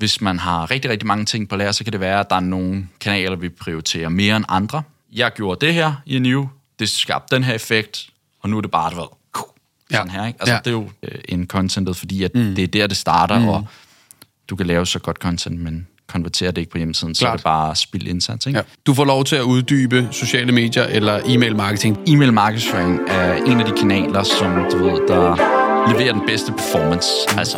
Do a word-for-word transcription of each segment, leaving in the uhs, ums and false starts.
hvis man har rigtig, rigtig mange ting på lager, så kan det være, at der er nogle kanaler, vi prioriterer mere end andre. Jeg gjorde det her i en uge, det skabte den her effekt, og nu er det bare, det var sådan her, ikke? Altså, ja. Det er jo øh, en contentet, fordi at mm. det er der, det starter, mm. og du kan lave så godt content, men konverterer det ikke på hjemmesiden, så er det bare spild indsats, ikke? Ja. Du får lov til at uddybe sociale medier eller e-mail marketing. E-mail marketing er en af de kanaler, som du ved, der leverer den bedste performance. Altså.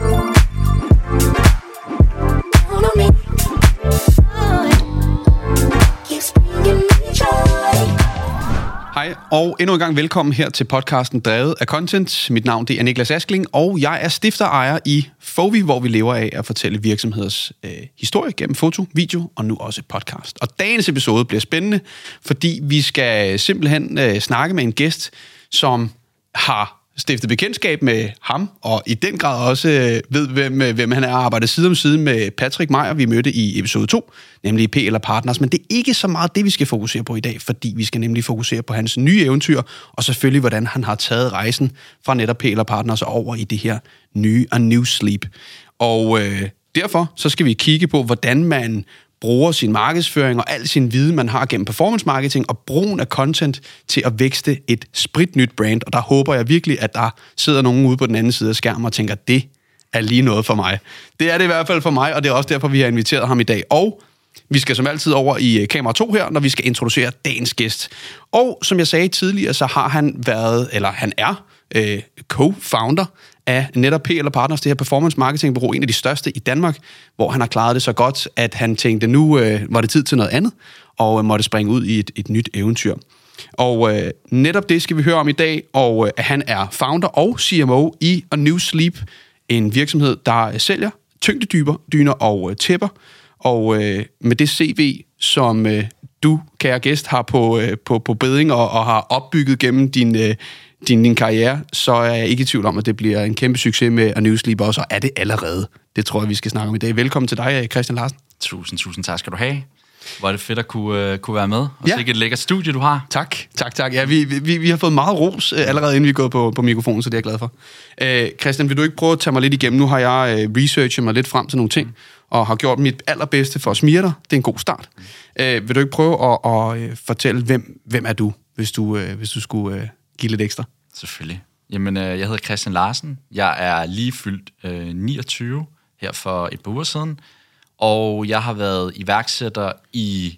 Hej, og endnu en gang velkommen her til podcasten Drevet af Content. Mit navn det er Niklas Askling, og jeg er stifter og ejer i Fovi, hvor vi lever af at fortælle virksomheders øh, historie gennem foto, video og nu også podcast. Og dagens episode bliver spændende, fordi vi skal simpelthen øh, snakke med en gæst, som har stiftet bekendtskab med ham, og i den grad også øh, ved, hvem, hvem han er, arbejdet side om side med Patrick Meyer, vi mødte i episode to, nemlig P L og Partners. Men det er ikke så meget det, vi skal fokusere på i dag, fordi vi skal nemlig fokusere på hans nye eventyr, og selvfølgelig, hvordan han har taget rejsen fra netop P L og Partners over i det her nye A New Sleep. Og øh, derfor så skal vi kigge på, hvordan man bruger sin markedsføring og al sin viden, man har gennem performance marketing og brugen af content til at vækste et spritnyt brand. Og der håber jeg virkelig, at der sidder nogen ude på den anden side af skærmen og tænker, det er lige noget for mig. Det er det i hvert fald for mig, og det er også derfor, vi har inviteret ham i dag. Og vi skal som altid over i kamera to her, når vi skal introducere dagens gæst. Og som jeg sagde tidligere, så har han været, eller han er, øh, co-founder af netop P L og Partners, det her performance marketing bureau, en af de største i Danmark, hvor han har klaret det så godt, at han tænkte, nu øh, var det tid til noget andet, og øh, måtte springe ud i et, et nyt eventyr. Og øh, netop det skal vi høre om i dag, og øh, han er founder og C M O i A New Sleep, en virksomhed, der sælger tyngdedyber, dyner og øh, tæpper, og øh, med det C V, som øh, du, kære gæst, har på, øh, på, på beding og, og har opbygget gennem din øh, Din, din karriere, så er jeg ikke i tvivl om, at det bliver en kæmpe succes med A New Sleep, og så er det allerede. Det tror jeg, vi skal snakke om i dag. Velkommen til dig, Christian Larsen. Tusind, tusind tak skal du have. Hvor er det fedt at kunne, uh, kunne være med. Og ja. Sikkert et lækkert studie, du har. Tak, tak, tak. Ja, vi, vi, vi har fået meget ros uh, allerede, inden vi er gået på, på mikrofonen, så det er jeg glad for. Uh, Christian, vil du ikke prøve at tage mig lidt igennem? Nu har jeg uh, researchet mig lidt frem til nogle ting, mm. og har gjort mit allerbedste for at smire dig. Det er en god start. Mm. Uh, vil du ikke prøve at, at uh, fortælle, hvem, hvem er du, hvis du, uh, hvis du skulle uh, give lidt ekstra? Selvfølgelig. Jamen, øh, jeg hedder Christian Larsen. Jeg er lige fyldt øh, niogtyve her for et par uger siden, og jeg har været iværksætter i,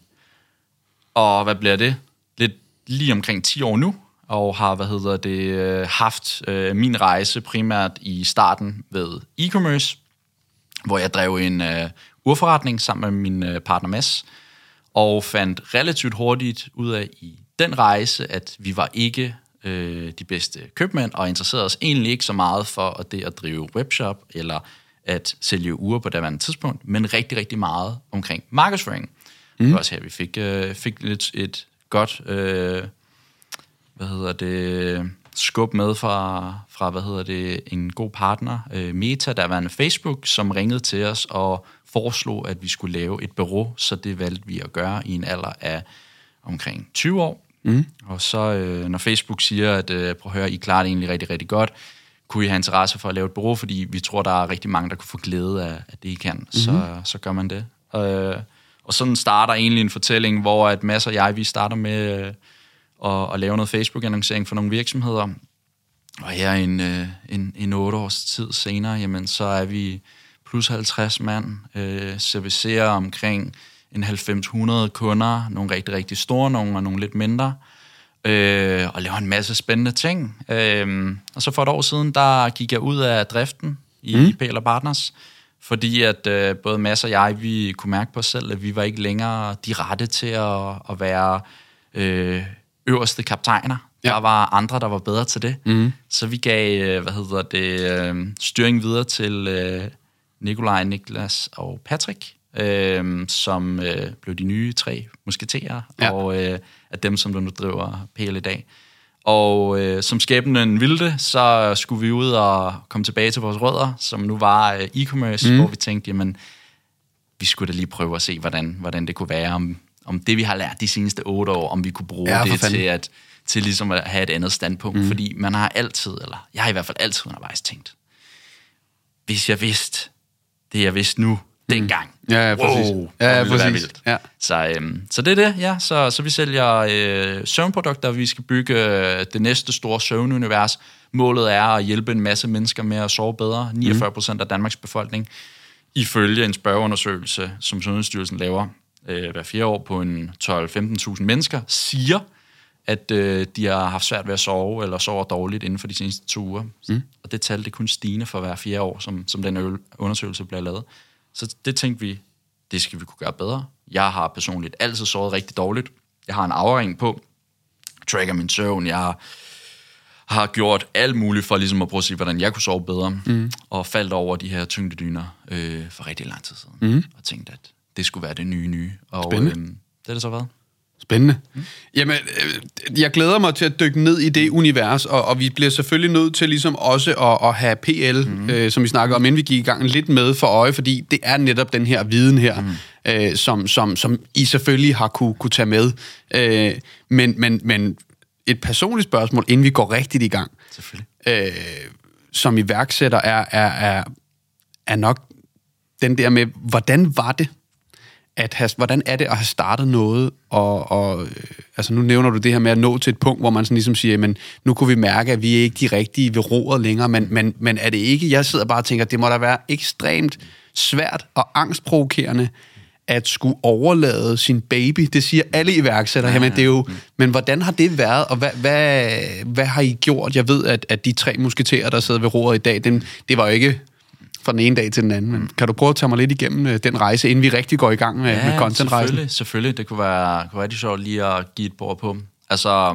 og hvad bliver det? Lidt lige omkring ti år nu, og har, hvad hedder det, øh, haft øh, min rejse primært i starten ved e-commerce, hvor jeg drev en øh, urforretning sammen med min øh, partner Mads, og fandt relativt hurtigt ud af i den rejse, at vi var ikke de bedste købmænd, og interesserede os egentlig ikke så meget for at det at drive webshop, eller at sælge ure på daværende tidspunkt, men rigtig, rigtig meget omkring markedsføring. Mm. Det var også her, vi fik, øh, fik lidt et godt, øh, hvad hedder det, skub med fra, fra, hvad hedder det, en god partner, øh, Meta, der var en Facebook, som ringede til os og foreslog, at vi skulle lave et bureau, så det valgte vi at gøre i en alder af omkring tyve år. Mm. Og så øh, når Facebook siger, at øh, prøv at høre, I klarer det egentlig rigtig, rigtig godt, kunne I have interesse for at lave et bureau, fordi vi tror, der er rigtig mange, der kunne få glæde af, af det, I kan. Mm-hmm. Så, så gør man det. Øh, og sådan starter egentlig en fortælling, hvor at Mads og jeg, vi starter med øh, at, at lave noget Facebook-annoncering for nogle virksomheder. Og her en, øh, en, en otte års tid senere, jamen, så er vi plus halvtreds mand, øh, servicerer omkring en halvfems hundrede kunder, nogle rigtig, rigtig store, nogle og nogle lidt mindre, øh, og laver en masse spændende ting. Øh, og så for et år siden, der gik jeg ud af driften i mm. P L og Partners, fordi at øh, både Mads og jeg, vi kunne mærke på os selv, at vi var ikke længere de rette til at, at være øh, øverste kaptajner. Ja. Der var andre, der var bedre til det. Mm. Så vi gav, øh, hvad hedder det, øh, styring videre til øh, Nikolaj, Niklas og Patrick, Øh, som øh, blev de nye tre musketerer, ja. og øh, af dem, som der nu driver P L i dag. Og øh, som skæbnen ville det, så skulle vi ud og komme tilbage til vores rødder, som nu var øh, e-commerce, mm. hvor vi tænkte, jamen, vi skulle da lige prøve at se, hvordan, hvordan det kunne være, om, om det, vi har lært de seneste otte år, om vi kunne bruge ja, det til, at, til ligesom at have et andet standpunkt. Mm. Fordi man har altid, eller jeg har i hvert fald altid undervejs tænkt, hvis jeg vidste det, jeg vidste nu, dengang. Mm. Ja, ja, præcis. Wow, ja, ja, det ville præcis. Ja. Så, øhm, så det er det, ja. Så, så vi sælger øh, søvnprodukter, vi skal bygge øh, det næste store søvnunivers. Målet er at hjælpe en masse mennesker med at sove bedre. niogfyrre procent af Danmarks befolkning, ifølge en spørgeundersøgelse, som Sundhedsstyrelsen laver øh, hver fire år på en tolv til femten tusind mennesker, siger, at øh, de har haft svært ved at sove, eller sover dårligt inden for de seneste to uger. Mm. Og det tal, det er kun stigende for hver fire år, som, som den undersøgelse bliver lavet. Så det tænkte vi, det skal vi kunne gøre bedre. Jeg har personligt altid sovet rigtig dårligt. Jeg har en afring på, tracker min søvn, jeg har, har gjort alt muligt for ligesom at prøve at se, hvordan jeg kunne sove bedre, mm. og faldt over de her tyngdedyner øh, for rigtig lang tid siden, mm. og tænkte, at det skulle være det nye nye. Og øh, det er det så været. Spændende. Mm. Jamen, øh, jeg glæder mig til at dykke ned i det univers, og, og vi bliver selvfølgelig nødt til ligesom også at, at have P L, mm. øh, som vi snakker om, inden vi gik i gang, lidt med for øje, fordi det er netop den her viden her, mm. øh, som, som, som I selvfølgelig har kunne, kunne tage med. Øh, men, men, men et personligt spørgsmål, inden vi går rigtigt i gang, selvfølgelig. Øh, som iværksætter, er, er, er, er nok den der med, hvordan var det, at have, hvordan er det at have startet noget, og, og øh, altså nu nævner du det her med at nå til et punkt, hvor man sådan ligesom siger, men nu kunne vi mærke, at vi er ikke de rigtige ved roret længere, men, men, men er det ikke, jeg sidder bare og tænker, det må da være ekstremt svært og angstprovokerende, at skulle overlade sin baby, det siger alle iværksættere, ja, ja. Men, det er jo, men hvordan har det været, og hvad, hvad, hvad har I gjort? Jeg ved, at, at de tre musketerer, der sidder ved roret i dag, den, det var jo ikke fra den ene dag til den anden. Men kan du prøve at tage mig lidt igennem øh, den rejse, inden vi rigtig går i gang med, ja, med content-rejsen? selvfølgelig, selvfølgelig. Det kunne være, kunne være rigtig sjovt lige at give et bord på. Altså,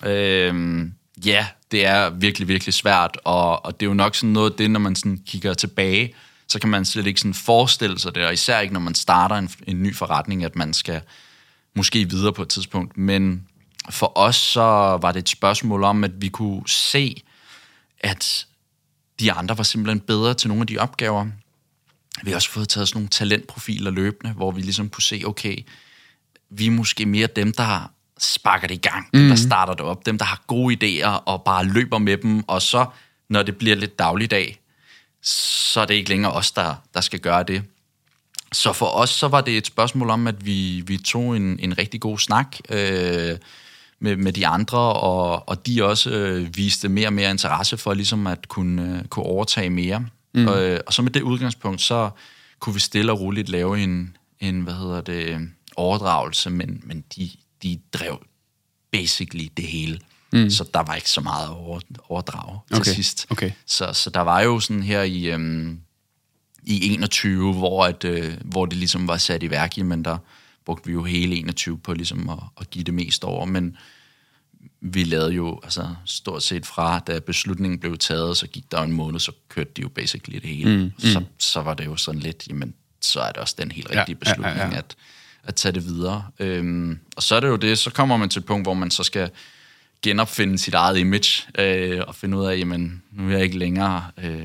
øh, ja, det er virkelig, virkelig svært, og, og det er jo nok sådan noget af det, når man sådan kigger tilbage, så kan man slet ikke sådan forestille sig det, og især ikke, når man starter en, en ny forretning, at man skal måske videre på et tidspunkt. Men for os, så var det et spørgsmål om, at vi kunne se, at de andre var simpelthen bedre til nogle af de opgaver. Vi har også fået taget sådan nogle talentprofiler løbende, hvor vi ligesom kunne se, okay, vi er måske mere dem, der sparker det i gang, mm. dem, der starter det op, dem, der har gode idéer og bare løber med dem, og så, når det bliver lidt dagligdag, så er det ikke længere os, der, der skal gøre det. Så for os, så var det et spørgsmål om, at vi, vi tog en, en rigtig god snak øh, med, med de andre, og, og de også øh, viste mere og mere interesse for ligesom at kunne, øh, kunne overtage mere. Mm. Og, og så med det udgangspunkt, så kunne vi stille og roligt lave en, en hvad hedder det, overdragelse, men, men de, de drev basically det hele. Mm. Så der var ikke så meget over, overdrag til okay. sidst. Okay. Så, så der var jo sådan her i, øhm, i enogtyve, hvor, at, øh, hvor det ligesom var sat i værk, men der brugte vi jo hele enogtyve på ligesom at, at give det mest over. Men vi lavede jo altså, stort set fra, da beslutningen blev taget, så gik der en måned, så kørte de jo basically det hele. Mm. Så, så var det jo sådan lidt, jamen, så er det også den helt rigtige ja, beslutning, ja, ja, ja. At, at tage det videre. Øhm, og så er det jo det, så kommer man til et punkt, hvor man så skal genopfinde sit eget image, øh, og finde ud af, jamen, nu er jeg ikke længere øh,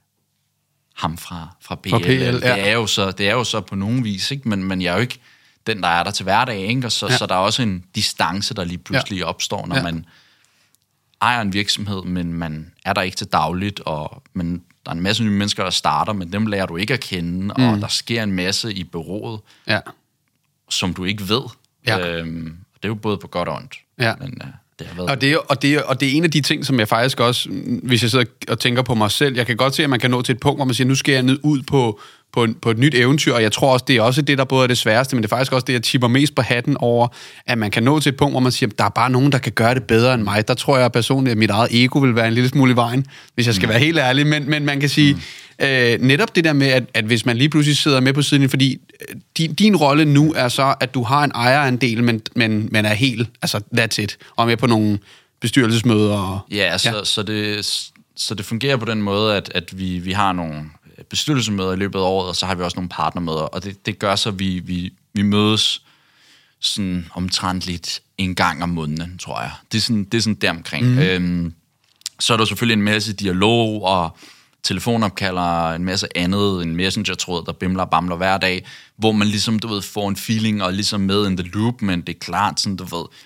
ham fra, fra P L. Fra P L ja. det, er jo så, det er jo så på nogen vis, ikke? Men, men jeg er jo ikke den, der er der til hverdag, ikke? Og så, ja. så der er også en distance, der lige pludselig ja. opstår, når ja. man ejer en virksomhed, men man er der ikke til dagligt, og men der er en masse nye mennesker, der starter, men dem lærer du ikke at kende, mm. og der sker en masse i bureauet, ja. som du ikke ved. Ja. Øhm, det er jo både på godt og ondt. Ja. Men, øh, Det og, det er, og, det er, og det er en af de ting, som jeg faktisk også, hvis jeg sidder og tænker på mig selv, jeg kan godt se, at man kan nå til et punkt, hvor man siger, nu skal jeg ned ud på, på, en, på et nyt eventyr, og jeg tror også, det er også det, der både er det sværeste, men det er faktisk også det, jeg tipper mest på hatten over, at man kan nå til et punkt, hvor man siger, der er bare nogen, der kan gøre det bedre end mig. Der tror jeg personligt, at mit eget ego vil være en lille smule i vejen, hvis jeg skal mm. være helt ærlig, men, men man kan sige, mm. øh, netop det der med, at, at hvis man lige pludselig sidder med på siden, fordi din, din rolle nu er så, at du har en ejerandel, men, men, men er helt, altså that's it, og med på nogle bestyrelsesmøder. Og, ja, så, ja. Så, det, så det fungerer på den måde, at, at vi, vi har nogle bestyrelsesmøder i løbet af året, og så har vi også nogle partnermøder, og det, det gør så, at vi, vi, vi mødes sådan omtrentligt en gang om måneden, tror jeg. Det er sådan, det er sådan deromkring. Mm. Øhm, så er der selvfølgelig en masse dialog, og telefonopkalder, en masse andet, en messenger-tråd, der bimler og bamler hver dag, hvor man ligesom, du ved, får en feeling, og ligesom med in the loop, men det er klart sådan, du ved,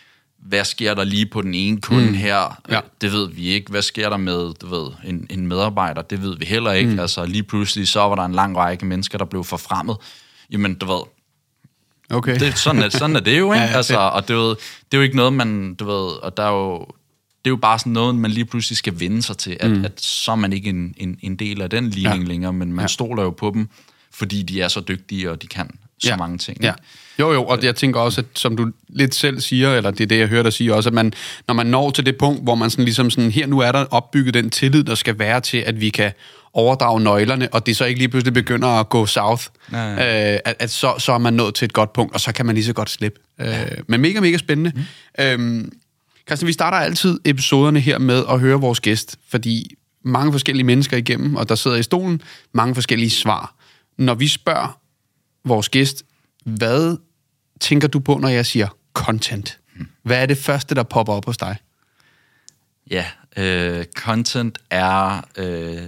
hvad sker der lige på den ene kunde mm. her? Ja. Det ved vi ikke. Hvad sker der med du ved, en, en medarbejder? Det ved vi heller ikke. Mm. Altså lige pludselig, så var der en lang række mennesker, der blev forfremmet. Jamen, du ved... Okay. Det, sådan, er, sådan er det jo, ikke? Ja, ja, altså, og det er, jo, det er jo ikke noget, man... Du ved, og der er jo... Det er jo bare sådan noget, man lige pludselig skal vende sig til, at, mm. at så er man ikke en, en, en del af den ligning ja. længere, men man ja. stoler jo på dem, fordi de er så dygtige, og de kan så ja. mange ting. Ja. Jo, jo, og jeg tænker også, at som du lidt selv siger, eller det er det, jeg hører dig sige også, at man, når man når til det punkt, hvor man sådan ligesom sådan, her nu er der opbygget den tillid, der skal være til, at vi kan overdrage nøglerne, og det så ikke lige pludselig begynder at gå south, ja, ja. Øh, at, at så, så er man nået til et godt punkt, og så kan man lige så godt slippe. Ja. Øh, men mega, mega spændende. Mm. Øhm, Christian, vi starter altid episoderne her med at høre vores gæst, fordi mange forskellige mennesker igennem, og der sidder i stolen, mange forskellige svar. Når vi spørger vores gæst, hvad tænker du på, når jeg siger content? Hvad er det første, der popper op hos dig? Ja, øh, content er øh,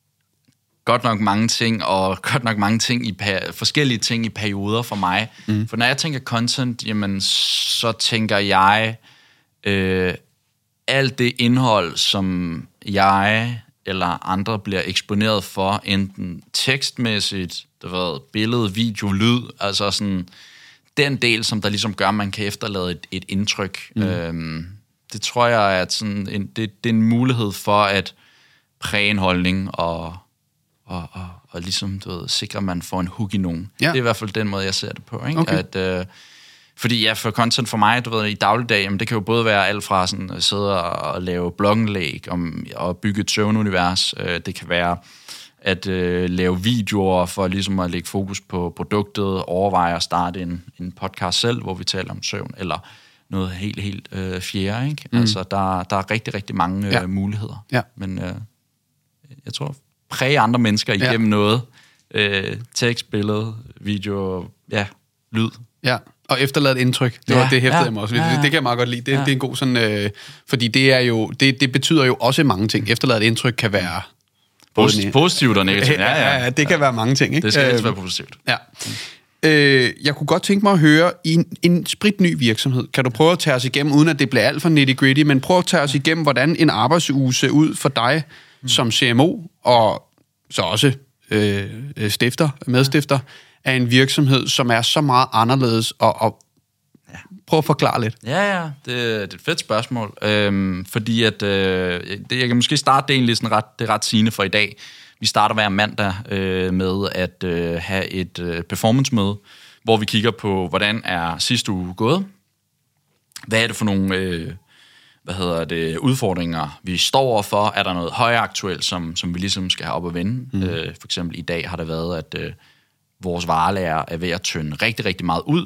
godt nok mange ting, og godt nok mange ting i forskellige ting i perioder for mig. Mm. For når jeg tænker content, jamen, så tænker jeg øh, alt det indhold, som jeg eller andre bliver eksponeret for, enten tekstmæssigt, der ved, billede, video, lyd, altså sådan den del, som der ligesom gør, at man kan efterlade et, et indtryk. Mm. Øhm, det tror jeg, at sådan en, det, det er en mulighed for at præge en holdning og, og, og, og ligesom, du ved, sikre, at man får en hook i nogen. Ja. Det er i hvert fald den måde, jeg ser det på. Ikke? Okay. At, øh, fordi ja, for content for mig, du ved, i dagligdag, jamen, det kan jo både være alt fra sådan, at sidde og lave blogindlæg om, og bygge et søvnunivers. Øh, det kan være at øh, lave videoer for ligesom at lægge fokus på produktet, overveje at starte en, en podcast selv, hvor vi taler om søvn, eller noget helt, helt øh, fjerde, ikke? Mm. Altså, der, der er rigtig, rigtig mange øh, ja. muligheder. Ja. Men øh, jeg tror, præge andre mennesker igennem ja. noget. Øh, tekst, billede, video, ja, lyd. Ja, og efterlade et indtryk. Det, ja. var, det hæftede ja. jeg mig også. Ja, ja. Det, det kan jeg meget godt lide. Det, ja. det er en god sådan... Øh, fordi det er jo... Det, det betyder jo også mange ting. Efterlade et indtryk kan være... Posit- positivt og negativt. Ja, ja. ja, det kan være mange ting. Ikke? Det skal altid være positivt. Ja. Øh, jeg kunne godt tænke mig at høre, i en, en spritny virksomhed, kan du prøve at tage os igennem, uden at det bliver alt for nitty-gritty, men prøv at tage os igennem, hvordan en arbejdsuge ser ud for dig mm. som C M O, og så også øh, stifter, medstifter af en virksomhed, som er så meget anderledes, og, og ja. prøv at forklare lidt. Ja, ja, det, det er et fedt spørgsmål, øhm, fordi at, øh, det, jeg kan måske starte det egentlig sådan ret, det er ret sigende for i dag. Vi starter hver mandag øh, med at øh, have et øh, performance-møde, hvor vi kigger på, hvordan er sidste uge gået. Hvad er det for nogle øh, hvad hedder det, udfordringer, vi står overfor? Er der noget højaktuelt, som, som vi ligesom skal have op at vende? Mm. Øh, for eksempel i dag har det været, at øh, vores varelager er ved at tynde rigtig, rigtig meget ud.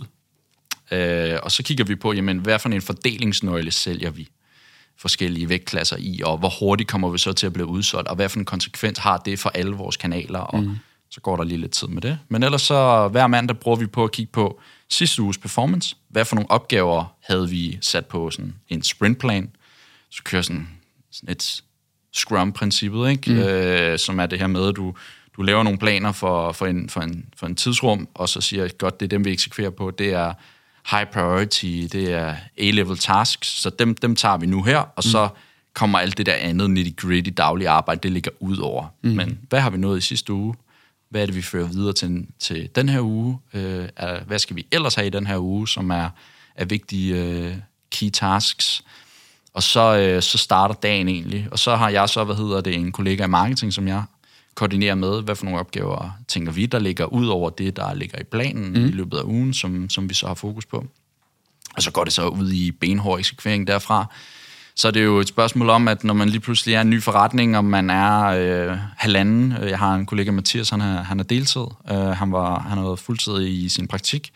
Øh, og så kigger vi på, jamen, hvad for en fordelingsnøgle sælger vi forskellige vægtklasser i, og hvor hurtigt kommer vi så til at blive udsolgt, og hvad for en konsekvens har det for alle vores kanaler, og mm. så går der lige lidt tid med det. Men ellers så hver mandag bruger vi på at kigge på sidste uges performance. Hvad for nogle opgaver havde vi sat på sådan en sprintplan? Så kører sådan, sådan et Scrum-princippet, ikke? Mm. Øh, som er det her med, at du, du laver nogle planer for, for, en, for, en, for en tidsrum, og så siger jeg, godt, det er dem, vi eksekverer på. Det er high priority, det er A-level tasks, så dem, dem tager vi nu her, og mm. så kommer alt det der andet nitty-gritty daglige arbejde, det ligger ud over. Mm. Men hvad har vi nået i sidste uge? Hvad er det, vi fører videre til, til den her uge? Øh, er, hvad skal vi ellers have i den her uge, som er, er vigtige øh, key tasks? Og så, øh, så starter dagen egentlig, og så har jeg så, hvad hedder det, en kollega i marketing, som jeg koordinerer med, hvad for nogle opgaver tænker vi, der ligger ud over det, der ligger i planen mm. i løbet af ugen, som, som vi så har fokus på. Og så går det så ud i benhård eksekvering derfra. Så er det jo et spørgsmål om, at når man lige pludselig er en ny forretning, og man er øh, halvanden, jeg har en kollega, Mathias, han er, han er deltid, øh, han, var, han har været fuldtid i sin praktik,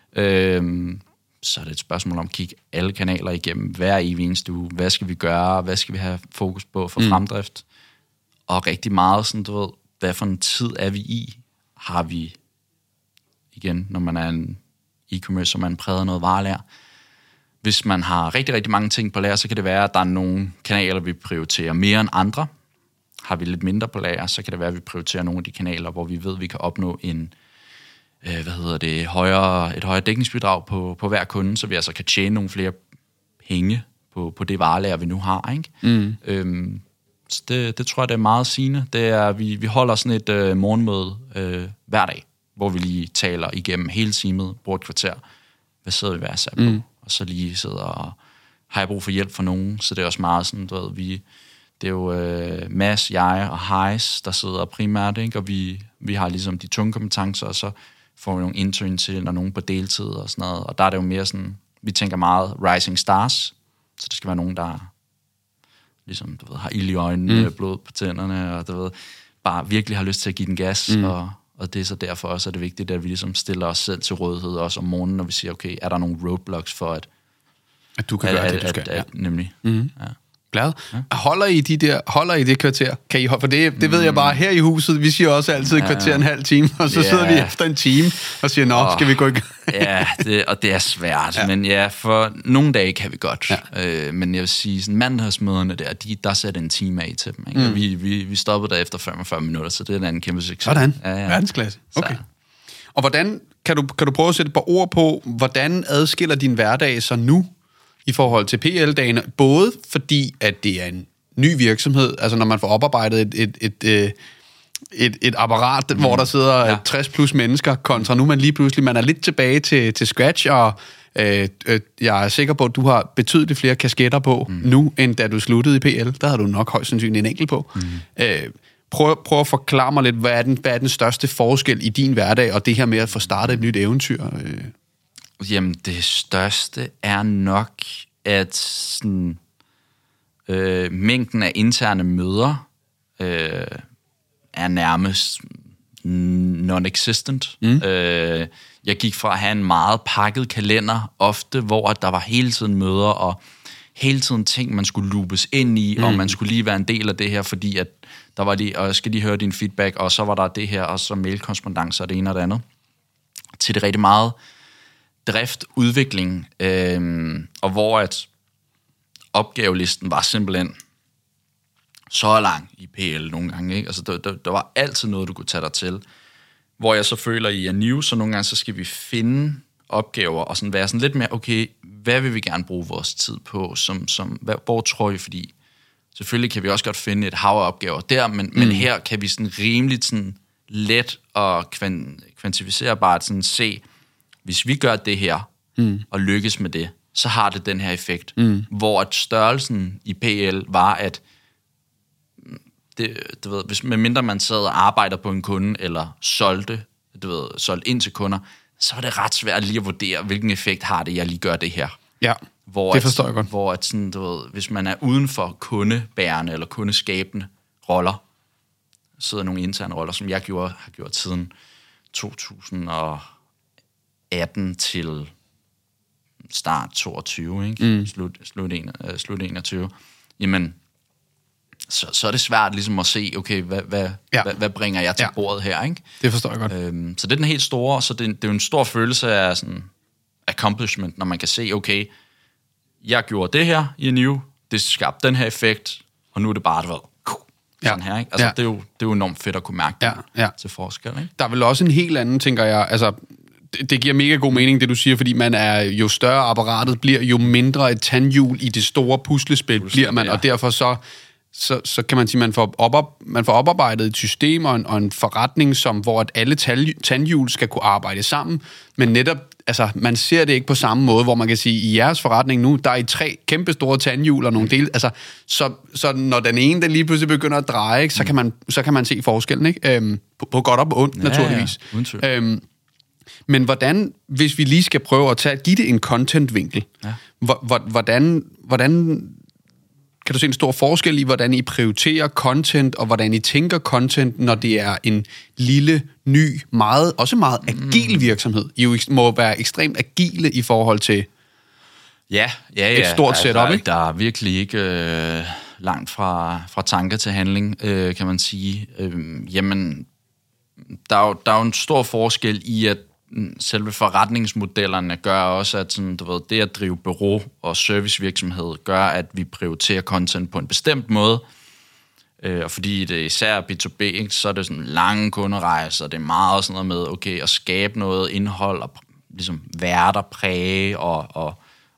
øh, så er det et spørgsmål om at kigge alle kanaler igennem, hver evig eneste uge, hvad skal vi gøre, hvad skal vi have fokus på for mm. fremdrift, og rigtig meget sådan, du ved, hvad for en tid er vi i, har vi, igen, når man er en e-commerce, så man præger noget varelager. Hvis man har rigtig, rigtig mange ting på lager, så kan det være, at der er nogle kanaler, vi prioriterer mere end andre. Har vi lidt mindre på lager, så kan det være, at vi prioriterer nogle af de kanaler, hvor vi ved, at vi kan opnå en, øh, hvad hedder det, højere, et højere dækningsbidrag på, på hver kunde, så vi altså kan tjene nogle flere hænge på, på det varelager, vi nu har, ikke? Mm. Øhm, så det, det tror jeg, det er meget sigende. Det er, vi, vi holder sådan et øh, morgenmøde øh, hver dag, hvor vi lige taler igennem hele teamet, bruger et kvarter. Hvad sidder vi hver sag på? Mm. Og så lige sidder og har jeg brug for hjælp fra nogen, så det er også meget sådan, du ved, vi, det er jo øh, Mads, jeg og Heis, der sidder primært, ikke? Og vi, vi har ligesom de tunge kompetencer, og så får vi nogle intern til, og nogen på deltid og sådan noget, og der er det jo mere sådan, vi tænker meget rising stars, så det skal være nogen, der ligesom, du ved, har ild i øjnene, mm. blod på tænderne, og du ved, bare virkelig har lyst til at give den gas, mm. og, og det er så derfor også, at det er vigtigt, at vi ligesom stiller os selv til rådighed, også om morgenen, når vi siger, okay, er der nogle roadblocks for, at at du kan at, gøre at, det, du skal. At, at, ja. Nemlig. Mm. Ja. Glad. Ja. Holder I de der, holder I det kvarter? Kan I, for det, det ved jeg bare, her i huset, vi siger også altid et kvarter, en halv time, og så yeah. sidder vi efter en time og siger, nå, oh, skal vi gå i gang? Ja, det, og det er svært, ja. Men ja, for nogle dage kan vi godt. Ja. Øh, men jeg vil sige, sådan mandagsmøderne der, de, der sætter en time af til dem. Ikke? Mm. Vi, vi, vi stoppede der efter femogfyrre minutter, så det er en kæmpe succes. Sådan. Ja, ja. Verdensklasse. Okay. Så. Og hvordan, kan du, kan du prøve at sætte et par ord på, hvordan adskiller din hverdag så nu i forhold til P L-dagene, både fordi, at det er en ny virksomhed, altså når man får oparbejdet et, et, et, et, et, et apparat, mm. hvor der sidder ja. tres plus mennesker, kontra nu man lige pludselig, man er lidt tilbage til, til scratch, og øh, øh, jeg er sikker på, at du har betydeligt flere kasketter på mm. nu, end da du sluttede i P L. Der havde du nok højst sandsynligt en enkelt på. Mm. Øh, prøv, prøv at forklare mig lidt, hvad er, den, hvad er den største forskel i din hverdag, og det her med at få startet et nyt eventyr? Øh. Jamen, det største er nok, at sådan, øh, mængden af interne møder øh, er nærmest non-existent. Mm. Øh, jeg gik fra at have en meget pakket kalender, ofte, hvor der var hele tiden møder, og hele tiden ting, man skulle loopes ind i, mm. og man skulle lige være en del af det her, fordi at der var lige, og jeg skal lige høre din feedback, og så var der det her, og så mailkorrespondance og det ene og det andet. Til det rigtig meget drift, udvikling, øh, og hvor at opgavelisten var simpelthen så lang i P L nogle gange, ikke? Altså, der, der, der var altid noget, du kunne tage dig til. Hvor jeg så føler i New, så nogle gange, så skal vi finde opgaver, og sådan være sådan lidt mere, okay, hvad vil vi gerne bruge vores tid på, som, som, hvad, hvor tror I, fordi selvfølgelig kan vi også godt finde et hav af opgaver der, men, mm. men her kan vi sådan rimeligt sådan let og kvantificerbart sådan se, hvis vi gør det her, mm. og lykkes med det, så har det den her effekt. Mm. Hvor at størrelsen i P L var, at det, du ved, hvis, medmindre man sad og arbejder på en kunde, eller solgte, du ved, solgte ind til kunder, så var det ret svært lige at vurdere, hvilken effekt har det, jeg lige gør det her. Ja, hvor det forstår at, jeg godt. Hvor at sådan, du ved, hvis man er uden for kundebærende eller kundeskabende roller, så sidder nogle interne roller, som jeg gjorde, har gjort siden to tusind og atten til start toogtyve, ikke? Mm. Slut, slut, en, uh, slut enogtyve. Jamen, så, så er det svært ligesom at se, okay, hvad, hvad, ja. hvad, hvad bringer jeg til ja. bordet her, ikke? Det forstår jeg godt. Øhm, så det er den helt store, så det, det er jo en stor følelse af sådan accomplishment, når man kan se, okay, jeg gjorde det her i New, det skabte den her effekt, og nu er det bare, det var sådan ja. her, ikke? Altså, ja. det, er jo, det er jo enormt fedt at kunne mærke ja. Ja. til forskel, ikke? Der er vel også en helt anden, tænker jeg, altså, det, det giver mega god mening, det du siger, fordi man er, jo større apparatet bliver, jo mindre et tandhjul i det store puslespil bliver man, ja. og derfor så Så, så kan man sige, at man får, op, man får oparbejdet et system og en, og en forretning, som, hvor at alle tandhjul skal kunne arbejde sammen, men netop, altså, man ser det ikke på samme måde, hvor man kan sige, i jeres forretning nu, der er I tre kæmpe store tandhjul og nogle dele, altså, så, så når den ene, der lige pludselig begynder at dreje, ikke, så, kan man, så kan man se forskellen, ikke? Øhm, på, på godt og på ondt, ja, naturligvis. Ja, øhm, men hvordan, hvis vi lige skal prøve at tage, give det en content-vinkel, ja. hvordan, hvordan kan du se en stor forskel i, hvordan I prioriterer content, og hvordan I tænker content, når det er en lille, ny, meget, også meget agil virksomhed? I jo må være ekstremt agile i forhold til ja, ja, ja. et stort altså, setup, ikke? Der er virkelig ikke øh, langt fra, fra tanke til handling, øh, kan man sige. Øh, jamen, der er, jo, der er jo en stor forskel i, at selve forretningsmodellerne gør også, at sådan, du ved, det at drive bureau og servicevirksomhed gør, at vi prioriterer content på en bestemt måde. Øh, og fordi det er især B to B, ikke, så er det sådan lange kunderejser, det er meget sådan noget med okay, at skabe noget indhold og ligesom værter, præge og, og,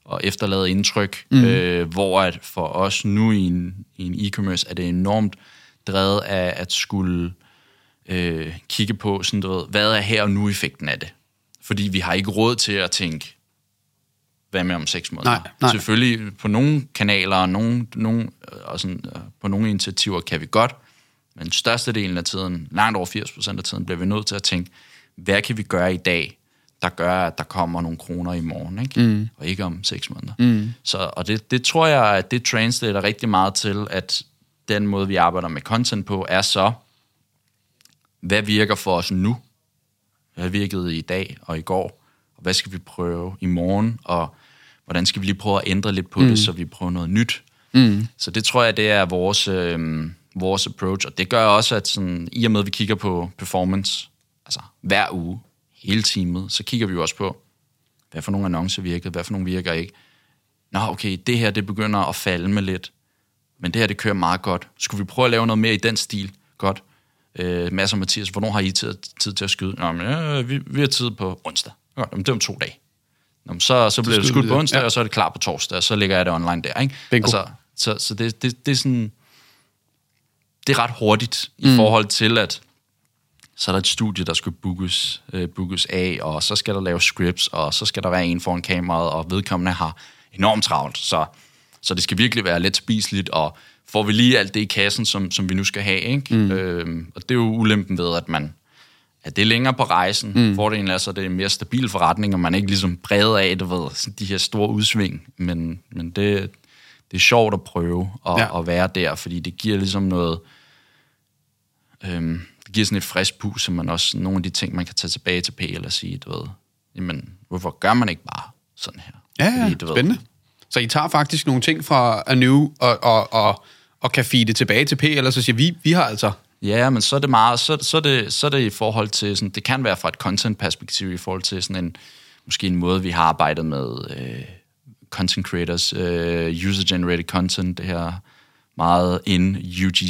og efterlade indtryk, mm. øh, hvor at for os nu i en, i en e-commerce er det enormt drevet af at skulle øh, kigge på, sådan, du ved, hvad er her og nu effekten af det. Fordi vi har ikke råd til at tænke, hvad med om seks måneder? Nej, nej. Selvfølgelig på nogle kanaler og, nogle, nogle, og sådan, på nogle initiativer kan vi godt, men størstedelen af tiden, langt over firs procent af tiden, bliver vi nødt til at tænke, hvad kan vi gøre i dag, der gør, at der kommer nogle kroner i morgen, ikke? Mm. Og ikke om seks måneder. Mm. Så, og det, det tror jeg, at det translater rigtig meget til, at den måde, vi arbejder med content på, er så, hvad virker for os nu? Hvad virkede i dag og i går? Og hvad skal vi prøve i morgen? Og hvordan skal vi lige prøve at ændre lidt på mm. det, så vi prøver noget nyt? Mm. Så det tror jeg, det er vores, øh, vores approach. Og det gør også, at sådan, i og med, at vi kigger på performance, altså hver uge, hele teamet, så kigger vi jo også på, hvad for nogle annoncer virker, hvad for nogle virker ikke. Nå, okay, det her, det begynder at falde med lidt, men det her, det kører meget godt. Skulle vi prøve at lave noget mere i den stil? Godt. Øh, Mads og Mathias, hvornår har I tid, tid til at skyde? Nå, men, ja, vi, vi har tid på onsdag. Godt, men det er om to dage. Nå, så, så bliver det skudt på onsdag, ja. Og så er det klar på torsdag, og så lægger jeg det online der. Ikke? Altså, så så det, det, det er sådan, det er ret hurtigt i mm. forhold til, at så er der et studie, der skal bookes, øh, bookes af, og så skal der lave scripts, og så skal der være en foran kameraet, og vedkommende har enormt travlt. Så, så det skal virkelig være let spiseligt, og får vi lige alt det i kassen, som, som vi nu skal have. Ikke? Mm. Øhm, og det er jo ulempen ved, at man at det er længere på rejsen. Mm. Fordelen er så, at det er en mere stabil forretning, og man er ikke ligesom bredet af, du ved, de her store udsving. Men, men det, det er sjovt at prøve at, ja. at være der, fordi det giver ligesom noget... Øhm, det giver sådan et frisk pus, som man også... Nogle af de ting, man kan tage tilbage til P L og sige, du ved... Jamen, hvorfor gør man ikke bare sådan her? Ja, ja, fordi, du spændende. Ved, så I tager faktisk nogle ting fra Anu og, og, og, og kan feede tilbage til P L, og så siger vi, vi har altså... Ja, men så er det meget, så, så, er det, så er det i forhold til, sådan, det kan være fra et content-perspektiv i forhold til sådan en, måske en måde, vi har arbejdet med øh, content creators, øh, user-generated content, det her meget in U G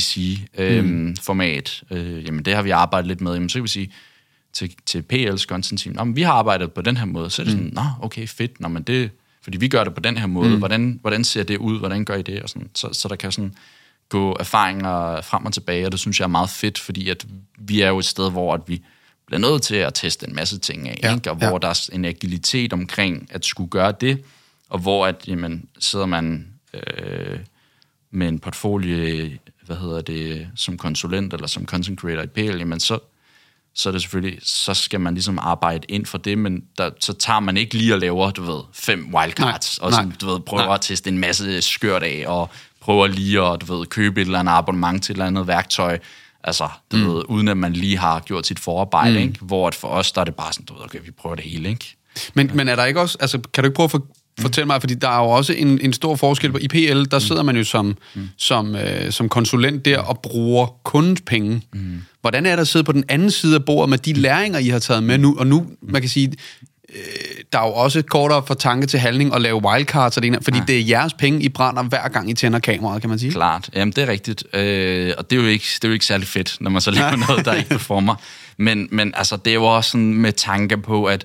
C-format. Øh, mm. øh, jamen, det har vi arbejdet lidt med, jamen, så kan vi sige til, til P L's content-team, jamen, vi har arbejdet på den her måde, så er det sådan, mm. nå, okay, fedt, nå, men det, fordi vi gør det på den her måde, mm. hvordan, hvordan ser det ud, hvordan gør I det, og sådan, så, så der kan sådan... gå erfaringer frem og tilbage, og det synes jeg er meget fedt, fordi at vi er jo et sted, hvor at vi bliver nødt til at teste en masse ting af, ja, ikke? Og hvor ja. der er en agilitet omkring at skulle gøre det, og hvor at, jamen, sidder man øh, med en portfolio, hvad hedder det, som konsulent eller som content creator i P L, jamen så, så er det selvfølgelig, så skal man ligesom arbejde ind for det, men der, så tager man ikke lige og laver, du ved, fem wildcards, nej, og så, du ved, prøver nej. at teste en masse skørt af, og prøver lige at, du ved, købe et eller andet abonnement til et eller andet værktøj, altså, du mm. ved, uden at man lige har gjort sit forarbejde, mm. ikke? Hvor at for os, der er det bare sådan, du ved, okay, vi prøver det hele, ikke? Men, ja. men er der ikke også, altså, kan du ikke prøve at for, fortælle mig, fordi der er jo også en, en stor forskel på, i P L, der sidder man jo som, mm. som, øh, som konsulent der og bruger kundens penge. Mm. Hvordan er der at sidde på den anden side af bordet med de læringer, I har taget med nu, og nu, man kan sige... der er jo også kortere for tanke til handling at lave wildcards og det ene, fordi ja. det er jeres penge, I brænder hver gang I tænder kameraet, kan man sige. Klart, jamen det er rigtigt. Øh, og det er, jo ikke, det er jo ikke særlig fedt, når man så laver noget, der ikke performer. Men, men altså, det er jo også sådan med tanke på, at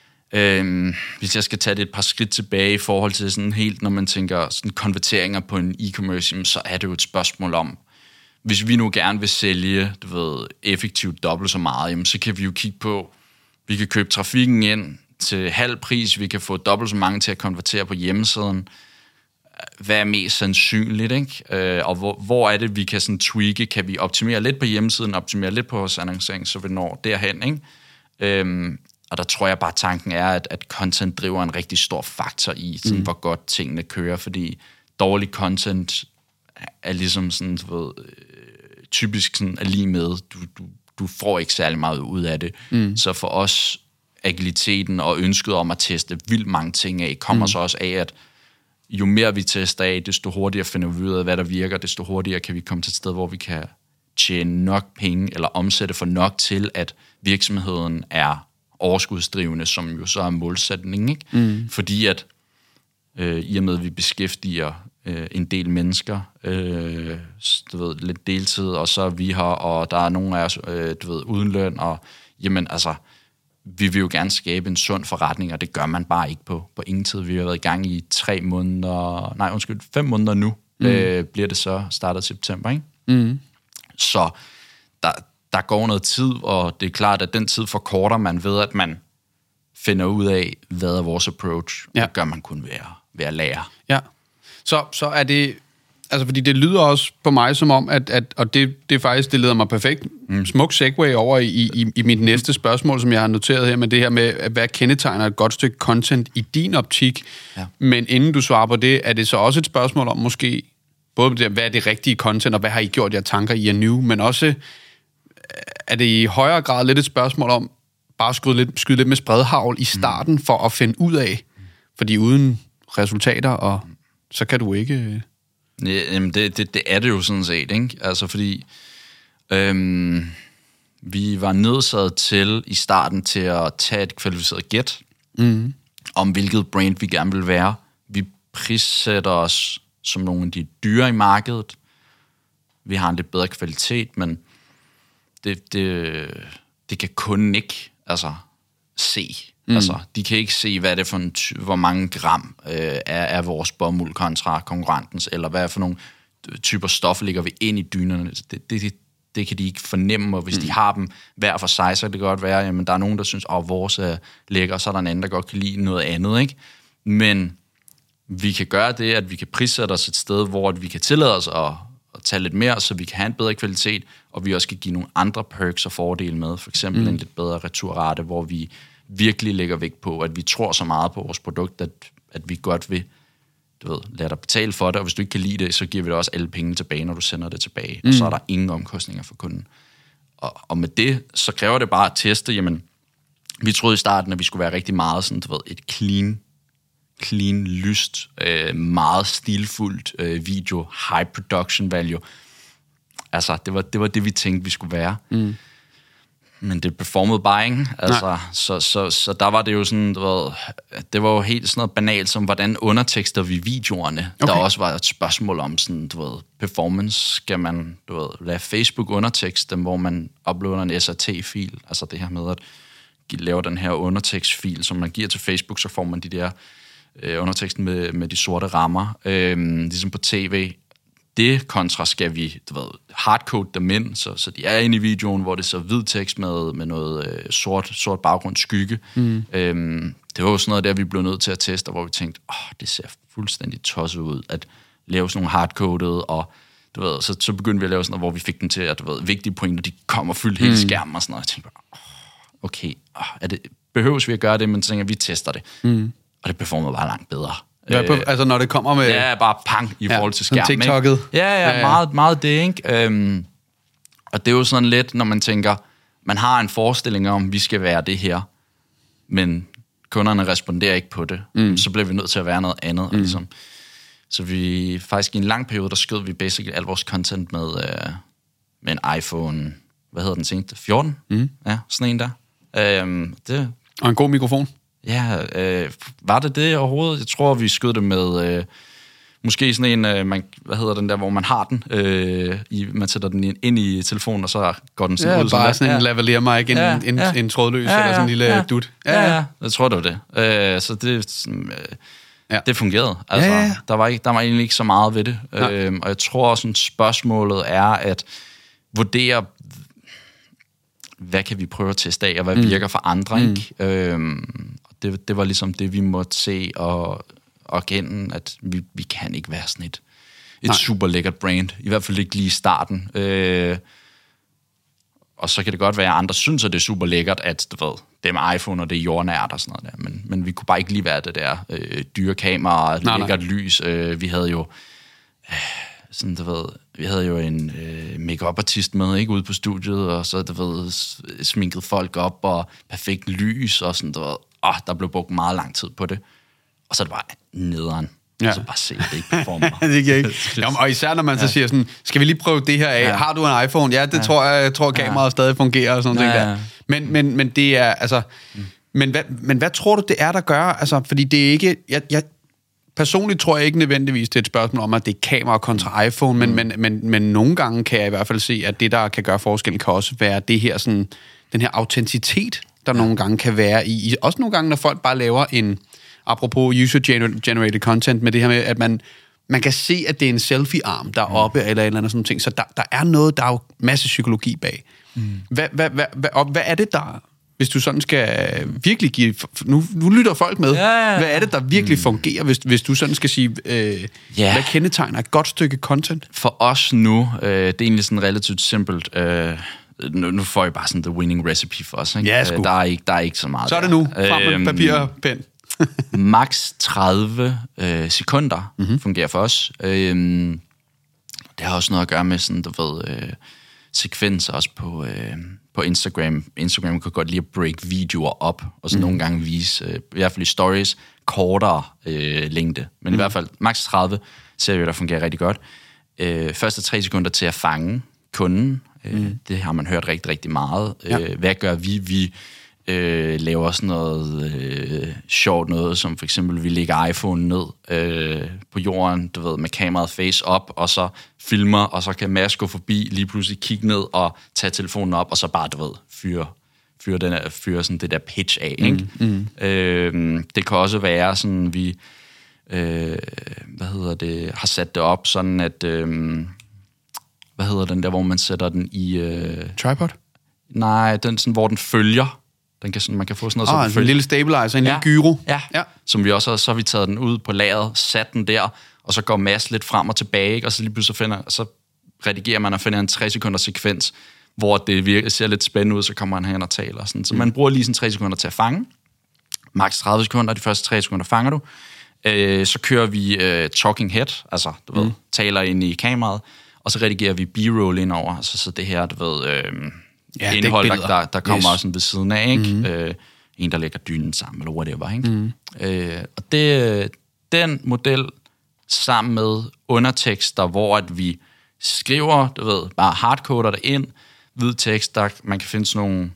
øh, hvis jeg skal tage det et par skridt tilbage i forhold til sådan helt, når man tænker sådan konverteringer på en e-commerce, så er det jo et spørgsmål om, hvis vi nu gerne vil sælge, du ved, effektivt dobbelt så meget, jamen, så kan vi jo kigge på, vi kan købe trafikken ind til halv pris, vi kan få dobbelt så mange til at konvertere på hjemmesiden. Hvad er mest sandsynligt, ikke? Og hvor, hvor er det, vi kan sådan tweake? Kan vi optimere lidt på hjemmesiden, optimere lidt på vores annoncering, så vi når derhen, ikke? Øhm, og der tror jeg bare, tanken er, at, at content driver en rigtig stor faktor i, sådan, mm. hvor godt tingene kører, fordi dårlig content er ligesom sådan, du ved, typisk sådan er lige med, du, du, du får ikke særlig meget ud af det. Mm. Så for os, agiliteten og ønsket om at teste vildt mange ting af, kommer mm. så også af, at jo mere vi tester af, desto hurtigere finder vi ud af, hvad der virker, desto hurtigere kan vi komme til et sted, hvor vi kan tjene nok penge, eller omsætte for nok til, at virksomheden er overskudsdrivende, som jo så er målsætningen, ikke? Mm. Fordi at øh, i og med, at vi beskæftiger øh, en del mennesker, øh, du ved, lidt deltid, og så er vi her, og der er nogle af os, øh, du ved, uden løn, og jamen altså, vi vil jo gerne skabe en sund forretning, og det gør man bare ikke på, på ingen tid. Vi har været i gang i tre måneder, nej undskyld, fem måneder nu, mm. øh, bliver det så startet september, ikke? Mm. Så der, der går noget tid, og det er klart, at den tid forkorter man ved, at man finder ud af, hvad er vores approach, ja. Det gør man kun ved at, ved at lære. Ja, så, så er det... Altså, fordi det lyder også på mig som om, at, at og det, det er faktisk, det leder mig perfekt, mm. smuk segue over i, i, i mit næste spørgsmål, som jeg har noteret her, med det her med, hvad kendetegner et godt stykke content i din optik. Ja. Men inden du svarer på det, er det så også et spørgsmål om måske, både det, hvad er det rigtige content, og hvad har I gjort jer tanker i nu, men også, er det i højere grad lidt et spørgsmål om, bare skyde lidt, skyde lidt med spredhavl i starten, mm. for at finde ud af, fordi uden resultater, og så kan du ikke... Ja, jamen det, det, det er det jo sådan set, ikke? Altså fordi øhm, vi var nødsaget til i starten til at tage et kvalificeret gæt mm. om hvilket brand vi gerne vil være. Vi prissætter os som nogle af de dyre i markedet. Vi har en lidt bedre kvalitet, men det, det, det kan kunden ikke altså, se. Mm. Altså, de kan ikke se, hvad det er for en ty- hvor mange gram øh, er, er vores bomuld kontra konkurrentens, eller hvad er for nogle typer stoffer ligger vi ind i dynerne. Det, det, det, det kan de ikke fornemme, og hvis mm. de har dem hver for sig, så kan det godt være, jamen der er nogen, der synes, at vores er lækker, og så er der en anden, der godt kan lide noget andet, ikke? Men vi kan gøre det, at vi kan prissætte os et sted, hvor vi kan tillade os at, at tage lidt mere, så vi kan have en bedre kvalitet, og vi også kan give nogle andre perks og fordele med, for eksempel mm. en lidt bedre returrate, hvor vi virkelig lægger vægt på, at vi tror så meget på vores produkt, at, at vi godt vil, du ved, lade dig betale for det, og hvis du ikke kan lide det, så giver vi dig også alle penge tilbage, når du sender det tilbage, mm. og så er der ingen omkostninger for kunden. Og, og med det, så kræver det bare at teste, jamen, vi troede i starten, at vi skulle være rigtig meget sådan, du ved, et clean, clean, lyst, øh, meget stilfuldt øh, video, high production value. Altså, det var, det var det, vi tænkte, vi skulle være. Mm. Men det performede bare ikke. Altså, så, så, så der var det jo sådan, du ved, det var jo helt sådan noget banalt som, hvordan undertekster vi videoerne. Okay. Der også var et spørgsmål om sådan, du ved, performance. Skal man, du ved, lade Facebook undertekste dem, hvor man uploader en S R T-fil? Altså det her med at lave den her undertekstfil, som man giver til Facebook, så får man de der øh, underteksten med, med de sorte rammer. Øh, ligesom på tv. Det kontra skal vi, du ved, hardcode dem ind, så, så de er inde i videoen, hvor det er så hvid tekst med, med noget øh, sort, sort baggrund, skygge. Mm. Øhm, det var jo sådan noget der, vi blev nødt til at teste, hvor vi tænkte, åh, oh, det ser fuldstændig tosset ud, at lave sådan nogle hardcodede, og du ved, så, så begyndte vi at lave sådan noget, hvor vi fik dem til, at du ved, vigtige pointer, de kom og fyldte hele skærmen og sådan noget. Jeg tænkte, oh, okay, oh, er det, behøves vi at gøre det, men så tænker vi tester det. Mm. Og det performer bare langt bedre. Ja, på, altså når det kommer med... Ja, bare pang i forhold til skærmen. TikTok'et. Ja, ja, ja, ja. Meget, meget det, ikke? Øhm, og det er jo sådan lidt, når man tænker, man har en forestilling om, at vi skal være det her, men kunderne responderer ikke på det. Mm. Så bliver vi nødt til at være noget andet. Mm. Ligesom. Så vi faktisk i en lang periode, der skød vi basically al vores content med, øh, med en iPhone, hvad hedder den seneste? fjorten? Mm. Ja, sådan en der. Øhm, det, og en god mikrofon. Ja, øh, var det det overhovedet? Jeg tror, vi skød det med øh, måske sådan en, øh, man, hvad hedder den der, hvor man har den, øh, i, man sætter den ind i telefonen, og så går den sådan ja, ud. Ja, bare sådan en ja. lavalier mic, en, ja, en, ja. en trådløs, ja, ja, eller sådan en lille ja. dut. Ja, ja, ja, jeg tror, det var det. Øh, så det, øh, ja. det fungerede. Altså, ja, ja, ja. Der, var ikke, der var egentlig ikke så meget ved det. Øh, og jeg tror også, spørgsmålet er at vurdere, hvad kan vi prøve at teste af, og hvad mm. virker for andre, mm. ikke? Øhm, det, det var ligesom det, vi måtte se og, og kende, at vi, vi kan ikke være sådan et, et super lækkert brand. I hvert fald ikke lige i starten. Øh, og så kan det godt være, at andre synes, at det er super lækkert, at du ved, det er med iPhone, og det er jordnært og sådan noget der. Men, men vi kunne bare ikke lige være det der øh, dyre kamera, lækkert lys. Øh, vi havde jo... Øh, sådan, du ved, vi havde jo en øh, make-up-artist med, ikke, ude på studiet, og så, du ved, sminket folk op, og perfekt lys, og sådan, du ved, åh, der blev brugt meget lang tid på det. Og så er det bare nederen. Ja. Og så bare se, at det ikke performer. Det kan ikke. Jamen, og især når man ja. så siger sådan, skal vi lige prøve det her af? Ja. Har du en iPhone? Ja, det ja. tror jeg, jeg tror kameraet ja. stadig fungerer, og sådan ja. ting der. Men, men, men det er, altså, mm. men, hvad, men hvad tror du, det er, der gør? Altså, fordi det er ikke, jeg, jeg personligt tror jeg ikke nødvendigvis, det er et spørgsmål om, at det er kamera kontra iPhone, men, mm. men, men, men nogle gange kan jeg i hvert fald se, at det, der kan gøre forskellen, kan også være det her, sådan, den her autenticitet, der der ja. nogle gange kan være i. Også nogle gange, når folk bare laver en, apropos user-generated content, med det her med, at man, man kan se, at det er en selfie-arm, der er oppe, mm. eller et eller andet sådan ting. Så der, der er noget, der er jo masse psykologi bag. Mm. Hvad, hvad, hvad, hvad, og hvad er det, der... Hvis du sådan skal virkelig give... Nu, nu lytter folk med. Ja, ja, ja. Hvad er det, der virkelig mm. fungerer, hvis, hvis du sådan skal sige... Øh, ja. Hvad kendetegner et godt stykke content? For os nu, øh, det er egentlig sådan relativt simpelt. Øh, nu, nu får jeg bare sådan the winning recipe for os. Ikke? Ja, sgu. Øh, der, er ikke, der er ikke så meget. Så er det nu. Frem med papir og pen. Max tredive øh, sekunder mm-hmm. fungerer for os. Øh, det har også noget at gøre med sådan, du ved... Øh, sekvenser også på, øh, på Instagram. Instagram kan godt lide at break videoer op, og så mm. nogle gange vise, øh, i hvert fald i stories, kortere øh, længde. Men mm. i hvert fald, max tredive ser vi, der fungerer rigtig godt. Øh, første tre sekunder til at fange kunden. Øh, mm. Det har man hørt rigtig, rigtig meget. Ja. Øh, hvad gør vi? Vi øh, laver sådan noget øh, sjovt noget, som for eksempel, vi lægger iPhone ned øh, på jorden, du ved, med kameraet face op, og så filmer, og så kan Mads gå forbi, lige pludselig kigge ned og tage telefonen op, og så bare, du ved, fyre, fyre, den her, fyre sådan det der pitch af, ikke? Mm, mm. Øh, det kan også være sådan, vi øh, hvad hedder det, har sat det op, sådan at øh, hvad hedder den der, hvor man sætter den i... Øh, Tripod? Nej, den sådan, hvor den følger. Den kan sådan, man kan få sådan noget, oh, så den en lille stabilizer, en ja. lille gyro. Ja, ja. Som vi også har, så har vi taget den ud på lageret, sat den der, og så går Mads lidt frem og tilbage, ikke? Og så lige pludselig finder, så redigerer man og finder en tre sekunder sekvens, hvor det virker, ser lidt spændende ud, så kommer han hen og taler. Sådan. Så mm. man bruger lige sådan tre sekunder til at fange. Max tredive sekunder, de første tre sekunder fanger du. Øh, så kører vi øh, talking head, altså du mm. ved, taler ind i kameraet, og så redigerer vi b-roll ind over, altså så det her, du ved... Øh, Ja, indhold, der, der, der kommer yes. sådan ved siden af, ikke? Mm-hmm. Øh, en, der lægger dynen sammen, eller whatever, ikke? Mm. Øh, og det, den model, sammen med undertekster, hvor at vi skriver, du ved, bare hardcoder det ind, hvid tekst, der man kan finde sådan nogle,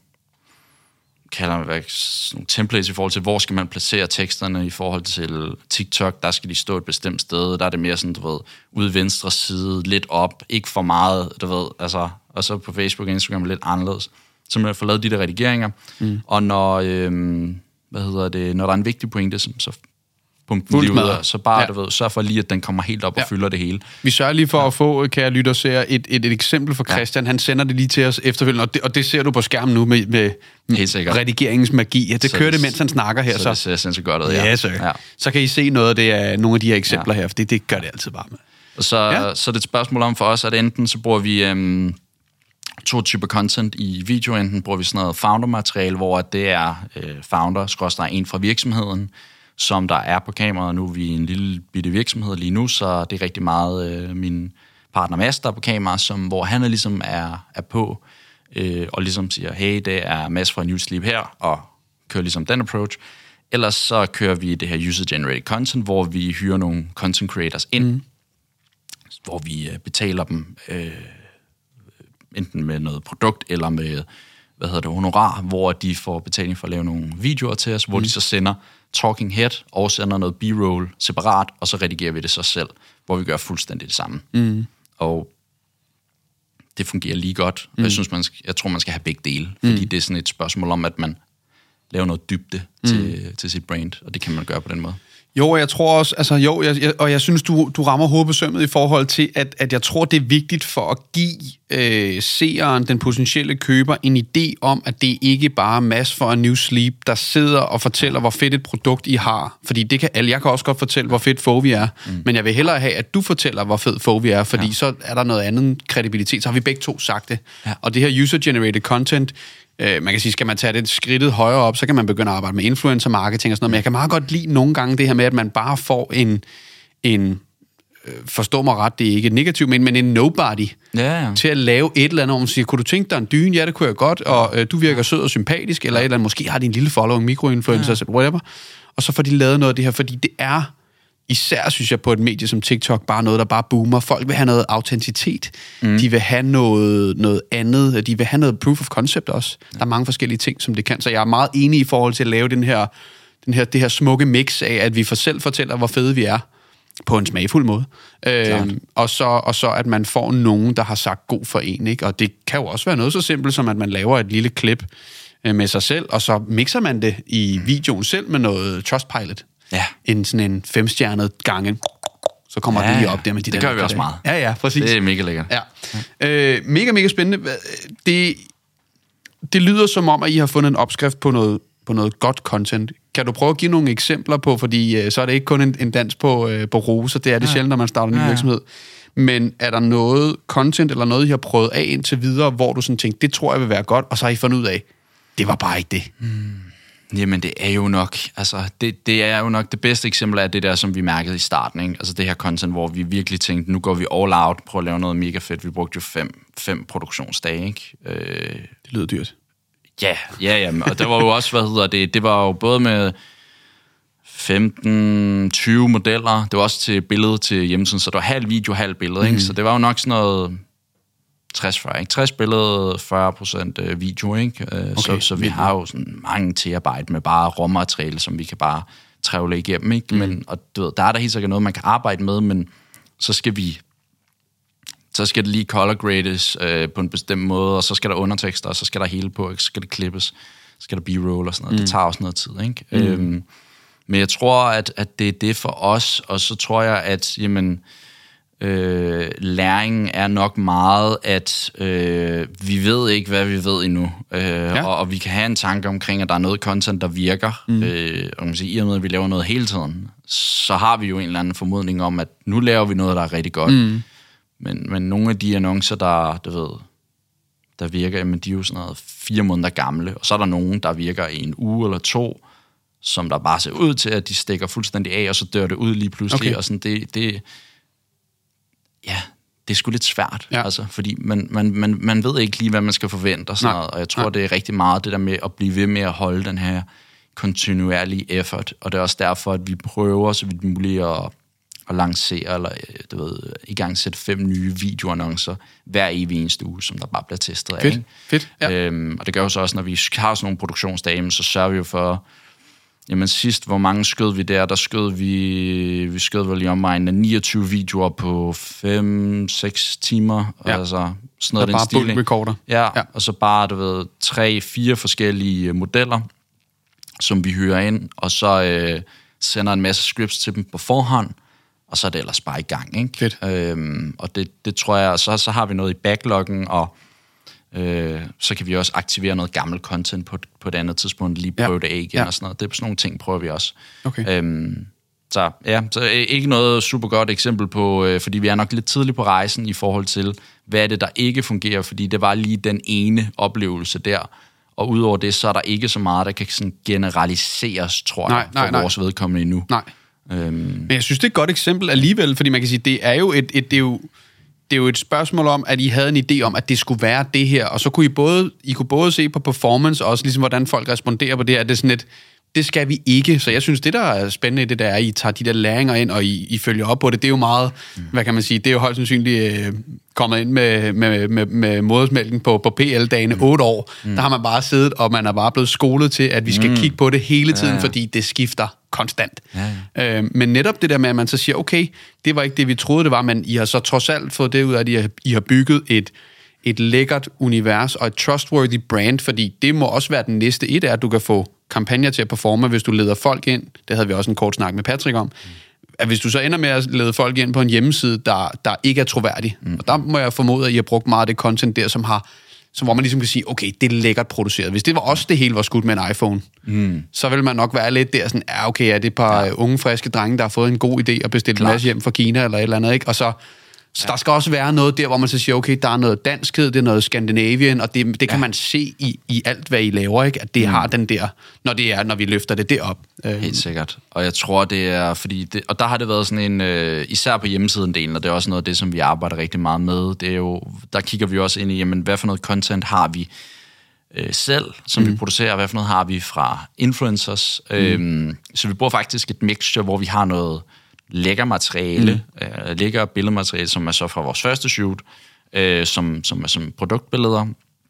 kalder man hvad, sådan nogle templates i forhold til, hvor skal man placere teksterne i forhold til TikTok, der skal de stå et bestemt sted, der er det mere sådan, du ved, ude i venstre side, lidt op, ikke for meget, du ved, altså, og så på Facebook og Instagram lidt anderledes. Så man får lavet de der redigeringer, mm. og når, øhm, hvad hedder det, når der er en vigtig pointe, så pump den lige ud, så bare, ja. du ved, sørg for lige, at den kommer helt op ja. og fylder det hele. Vi sørger lige for ja. at få, kære lytter, ser et, et, et eksempel for Christian. Ja. Han sender det lige til os efterfølgende, og det, og det ser du på skærmen nu med, med, med redigeringens magi. Ja, det så kører det, mens han snakker her. Så, så. det ser sindssygt godt ud, ja. Ja, så. Ja. Så kan I se noget af det af nogle af de her eksempler ja. her, for det, det gør det altid bare med. Og så, ja. så er det et spørgsmål om for os, at enten så bruger vi øhm, to typer content i video, enten bruger vi sådan noget founder-materiale, hvor det er øh, founder, skråstreg en fra virksomheden, som der er på kameraet. Nu er vi en lille bitte virksomhed lige nu, så det er rigtig meget øh, min partner Mads, der er på kamera, som, hvor han er ligesom er, er på, øh, og ligesom siger, hey, det er Mads fra New Sleep her, og kører ligesom den approach. Ellers så kører vi det her user-generated content, hvor vi hyrer nogle content creators ind, mm. hvor vi øh, betaler dem øh, enten med noget produkt, eller med, hvad hedder det, honorar, hvor de får betaling for at lave nogle videoer til os, hvor mm. de så sender talking head, og sender noget b-roll separat, og så redigerer vi det så selv, hvor vi gør fuldstændig det samme. Mm. Og det fungerer lige godt. Mm. Jeg synes, man skal, jeg tror, man skal have begge dele, fordi mm. det er sådan et spørgsmål om, at man laver noget dybde mm. til, til sit brand, og det kan man gøre på den måde. Jo, jeg tror også, altså jo, jeg, jeg, og jeg synes, du, du rammer hovedet på sømmet i forhold til, at, at jeg tror, det er vigtigt for at give øh, seeren, den potentielle køber, en idé om, at det ikke bare er Mads for a New Sleep, der sidder og fortæller, hvor fedt et produkt I har. Fordi det kan alle, jeg kan også godt fortælle, hvor fedt Fovi er, mm. men jeg vil hellere have, at du fortæller, hvor fed Fovi er, fordi ja. så er der noget andet kredibilitet. Så har vi begge to sagt det. Ja. Og det her user-generated content, Øh, man kan sige, skal man tage det skridtet højere op, så kan man begynde at arbejde med influencer-marketing og sådan noget, men jeg kan meget godt lide nogle gange det her med, at man bare får en, en øh, forstå mig ret, det er ikke negativt, men, men en nobody ja, ja. til at lave et eller andet, hvor man siger, kunne du tænke dig en dyne? Ja, det kunne jeg godt, og øh, du virker sød og sympatisk, eller et eller andet, måske har de en lille following, mikroinfluencer, ja. whatever, og så får de lavet noget af det her, fordi det er især, synes jeg, på et medie som TikTok, bare noget, der bare boomer. Folk vil have noget autenticitet. Mm. De vil have noget, noget andet. De vil have noget proof of concept også. Der er mange forskellige ting, som det kan. Så jeg er meget enig i forhold til at lave den her, den her, det her smukke mix af, at vi for selv fortæller, hvor fede vi er, på en smagfuld måde. Øhm, og, så, og så, at man får nogen, der har sagt god for en. Ikke? Og det kan jo også være noget så simpelt, som at man laver et lille klip, øh, med sig selv, og så mixer man det i videoen selv med noget Trustpilot. Ja. En sådan en femstjernet gange, så kommer ja, det lige op der med de det der. gør vi også meget. Ja, ja, præcis. Det er mega lækkert. Ja. Øh, mega, mega spændende. Det, det lyder som om, at I har fundet en opskrift på noget, på noget godt content. Kan du prøve at give nogle eksempler på, fordi øh, så er det ikke kun en, en dans på, øh, på roser, det er det ja. sjældent, når man starter en ny ja. virksomhed. Men er der noget content, eller noget, I har prøvet af indtil videre, hvor du sådan tænkte, det tror jeg vil være godt, og så har I fundet ud af, det var bare ikke det? Hmm. Jamen, det er jo nok, altså, det, det er jo nok det bedste eksempel af det der, som vi mærkede i starten, ikke? Altså det her content, hvor vi virkelig tænkte, nu går vi all out, prøv at lave noget mega fedt. Vi brugte jo fem, fem produktionsdage, ikke? Øh, det lyder dyrt. Ja, ja, ja, og det var jo også, hvad hedder det, det var jo både med femten tyve modeller, det var også til billede til hjemmesiden, så det var halv video, halv billede, ikke? Mm. Så det var jo nok sådan noget tres fyrre, ikke? tres billede, fyrre procent video, ikke? Okay. Så, så vi har jo sådan mange terabyte med bare råmateriale, som vi kan bare trævle igennem, ikke? Mm. Men, og du ved, der er der helt sikkert noget, man kan arbejde med, men så skal vi så skal det lige color grades øh, på en bestemt måde, og så skal der undertekster, og så skal der hele på, ikke? Så skal det klippes, så skal der b-roll og sådan noget. Mm. Det tager også noget tid, ikke? Mm. Øhm, men jeg tror, at, at det er det for os, og så tror jeg, at jamen, øh, læringen er nok meget, at øh, vi ved ikke, hvad vi ved endnu, øh, ja. og, og vi kan have en tanke omkring, at der er noget content, der virker, mm. øh, og man kan sige, i og med, at vi laver noget hele tiden, så har vi jo en eller anden formodning om, at nu laver vi noget, der er rigtig godt. Mm. Men, men nogle af de annoncer, der, du ved, der virker, jamen, de er jo sådan noget fire måneder gamle, og så er der nogen, der virker i en uge eller to, som der bare ser ud til, at de stikker fuldstændig af, og så dør det ud lige pludselig, okay. og sådan, det, det, ja, det er sgu lidt svært, ja. altså, fordi man, man, man, man ved ikke lige, hvad man skal forvente, og sådan noget, og jeg tror, Nej. det er rigtig meget det der med at blive ved med at holde den her kontinuerlige effort, og det er også derfor, at vi prøver så vidt muligt at at lancere, eller du ved, i gang sætte fem nye videoannoncer hver evig eneste uge, som der bare bliver testet af. Fedt, fedt, ja. Øhm, og det gør jo så også, når vi har sådan nogle produktionsdage, så sørger vi jo for, jamen sidst, hvor mange skød vi der? Der skød vi, vi skød vel i omegnen af niogtyve videoer på fem seks timer, ja. altså sådan noget den stil. Bare bulk recorder. Ja, ja, og så bare, du ved, tre, fire forskellige modeller, som vi hører ind, og så øh, sender en masse scripts til dem på forhånd, og så er det ellers bare i gang, ikke? Fedt. Øhm, og det, det tror jeg, så, så har vi noget i backloggen, og øh, så kan vi også aktivere noget gammelt content på, på et andet tidspunkt, lige prøve ja. det af igen ja. og sådan noget. Det er sådan nogle ting, prøver vi også. Okay. Øhm, så ja, så ikke noget super godt eksempel på, øh, fordi vi er nok lidt tidligt på rejsen i forhold til, hvad er det, der ikke fungerer, fordi det var lige den ene oplevelse der, og udover det, så er der ikke så meget, der kan sådan generaliseres, tror nej, jeg, for nej, nej. vores vedkommende endnu. Nej. Øhm. Men jeg synes, det er et godt eksempel alligevel, fordi man kan sige, det er jo et, et, det er jo, det er jo et spørgsmål om, at I havde en idé om, at det skulle være det her, og så kunne I både, I kunne både se på performance, og også ligesom, hvordan folk responderer på det, at det er sådan et, det skal vi ikke. Så jeg synes, det der er spændende i det, der er, at I tager de der læringer ind, og I, I følger op på det. Det er jo meget, mm. hvad kan man sige, det er jo højst sandsynligt øh, kommet ind med, med, med, med modersmælken på, på P L-dagene, mm. otte år. Mm. Der har man bare siddet, og man er bare blevet skolet til, at vi skal mm. kigge på det hele tiden, ja, ja. fordi det skifter konstant. Ja, ja. Øh, men netop det der med, at man så siger, okay, det var ikke det, vi troede, det var, men I har så trods alt fået det ud af, at I har, I har bygget et et lækkert univers og et trustworthy brand, fordi det må også være den næste. Et er, at du kan få kampagner til at performe, hvis du leder folk ind. Det havde vi også en kort snak med Patrick om. At hvis du så ender med at lede folk ind på en hjemmeside, der, der ikke er troværdig, mm. og der må jeg formode, at I har brugt meget af det content der, som har, som hvor man ligesom kan sige, okay, det er lækkert produceret. Hvis det var også det hele var skudt med en iPhone, mm. så vil man nok være lidt der sådan, ja, okay, er det et par ja. unge, friske drenge, der har fået en god idé og bestilt en masse hjem fra Kina eller et eller andet, ikke? Og så Så ja. der skal også være noget der, hvor man så siger, okay, der er noget danskhed, det er noget Scandinavian, og det, det kan ja. man se i, i alt, hvad I laver, ikke? At det mm. har den der, når det er, når vi løfter det derop. Helt sikkert. Og jeg tror, det er, fordi det, og der har det været sådan en, øh, især på hjemmesiden-delen, og det er også noget af det, som vi arbejder rigtig meget med, det er jo, der kigger vi også ind i, jamen, hvad for noget content har vi øh, selv, som mm. vi producerer, hvad for noget har vi fra influencers. Mm. Øhm, så vi bruger faktisk et mixture, hvor vi har noget lækker materiale, mm. øh, lækker billedmateriale, som er så fra vores første shoot, øh, som, som er sådan produktbilleder,